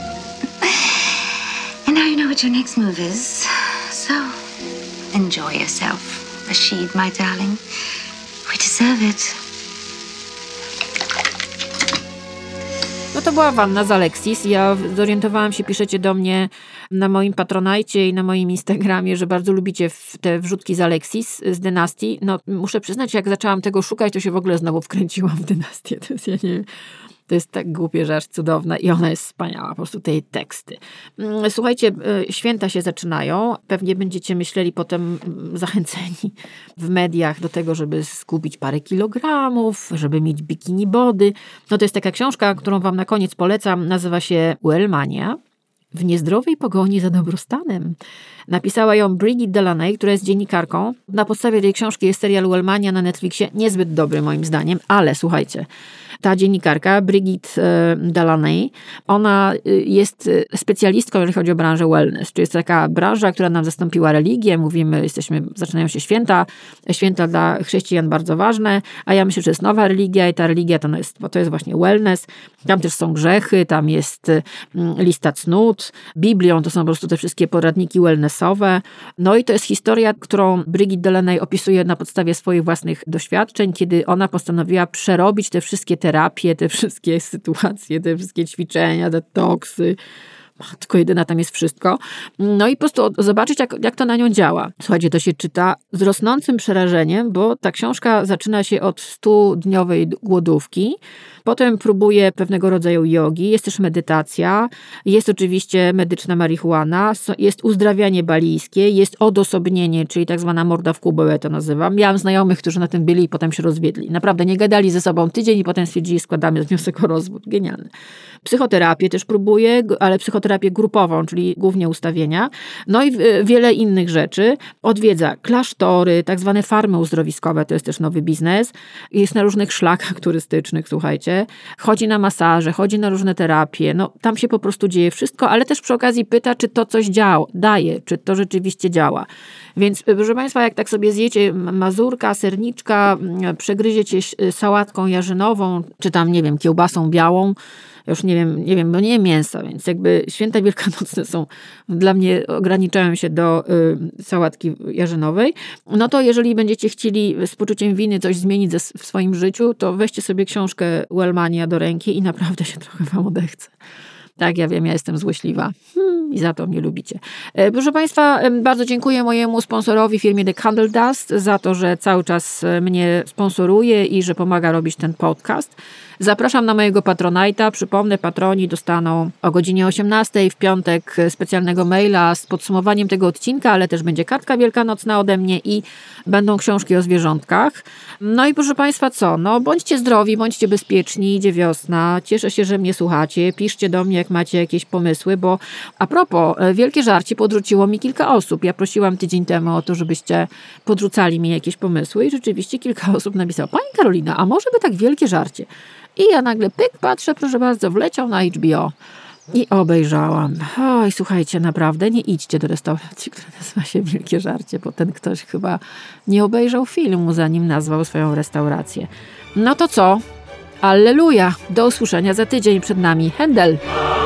And now you know what your next move is. So, enjoy yourself, Rashid, my darling. We deserve it. No to była wanna z Alexis. Ja zorientowałam się, piszecie do mnie na moim Patronajcie i na moim Instagramie, że bardzo lubicie te wrzutki z Alexis, z Dynastii. No muszę przyznać, jak zaczęłam tego szukać, to się w ogóle znowu wkręciłam w Dynastię. To jest tak głupie, że aż cudowne i ona jest wspaniała, po prostu te jej teksty. Słuchajcie, święta się zaczynają. Pewnie będziecie myśleli potem zachęceni w mediach do tego, żeby zgubić parę kilogramów, żeby mieć bikini body. No to jest taka książka, którą wam na koniec polecam. Nazywa się Wellmania. W niezdrowej pogoni za dobrostanem. Napisała ją Brigitte Delaney, która jest dziennikarką. Na podstawie tej książki jest serial Wellmania na Netflixie. Niezbyt dobry moim zdaniem, ale słuchajcie, ta dziennikarka, Brigitte Delaney, ona jest specjalistką, jeżeli chodzi o branżę wellness, czyli jest taka branża, która nam zastąpiła religię. Mówimy, zaczynają się święta dla chrześcijan bardzo ważne, a ja myślę, że jest nowa religia i ta religia to jest właśnie wellness. Tam też są grzechy, tam jest lista cnót, Biblią, to są po prostu te wszystkie poradniki wellnessowe. No i to jest historia, którą Brigitte Delaney opisuje na podstawie swoich własnych doświadczeń, kiedy ona postanowiła przerobić te wszystkie terapie, te wszystkie sytuacje, te wszystkie ćwiczenia, detoksy. Matko jedyna, tam jest wszystko. No i po prostu zobaczyć, jak to na nią działa. Słuchajcie, to się czyta z rosnącym przerażeniem, bo ta książka zaczyna się od 100-dniowej głodówki. Potem próbuje pewnego rodzaju jogi, jest też medytacja, jest oczywiście medyczna marihuana, jest uzdrawianie balijskie, jest odosobnienie, czyli tak zwana morda w kubeł, ja to nazywam. Miałam znajomych, którzy na tym byli i potem się rozwiedli. Naprawdę nie gadali ze sobą tydzień i potem stwierdzili, składamy wniosek o rozwód. Genialne. Psychoterapię też próbuje, ale psychoterapię grupową, czyli głównie ustawienia. No i wiele innych rzeczy. Odwiedza klasztory, tak zwane farmy uzdrowiskowe, to jest też nowy biznes. Jest na różnych szlakach turystycznych, słuchajcie. Chodzi na masaże, chodzi na różne terapie. No, tam się po prostu dzieje wszystko, ale też przy okazji pyta, czy to coś daje, czy to rzeczywiście działa. Więc proszę Państwa, jak tak sobie zjecie mazurka, serniczka, przegryziecie sałatką jarzynową, czy tam, nie wiem, kiełbasą białą, już nie wiem, bo nie jem mięsa, więc jakby święta wielkanocne są, dla mnie ograniczają się do sałatki jarzynowej. No to jeżeli będziecie chcieli z poczuciem winy coś zmienić w swoim życiu, to weźcie sobie książkę Wellmania do ręki i naprawdę się trochę wam odechce. Tak, ja wiem, ja jestem złośliwa i za to mnie lubicie. Proszę Państwa, bardzo dziękuję mojemu sponsorowi, firmie The Candle Dust, za to, że cały czas mnie sponsoruje i że pomaga robić ten podcast. Zapraszam na mojego Patronite'a. Przypomnę, patroni dostaną o godzinie 18 w piątek specjalnego maila z podsumowaniem tego odcinka, ale też będzie kartka wielkanocna ode mnie i będą książki o zwierzątkach. No i proszę Państwa, co? No bądźcie zdrowi, bądźcie bezpieczni, idzie wiosna. Cieszę się, że mnie słuchacie. Piszcie do mnie, jak macie jakieś pomysły, bo a propos, Wielkie Żarcie podrzuciło mi kilka osób. Ja prosiłam tydzień temu o to, żebyście podrzucali mi jakieś pomysły i rzeczywiście kilka osób napisało: Pani Karolina, a może by tak Wielkie Żarcie? I ja nagle patrzę, proszę bardzo, wleciał na HBO i obejrzałam. Oj, słuchajcie, naprawdę nie idźcie do restauracji, która nazywa się Wielkie Żarcie, bo ten ktoś chyba nie obejrzał filmu, zanim nazwał swoją restaurację. No to co? Alleluja! Do usłyszenia za tydzień, przed nami Händel.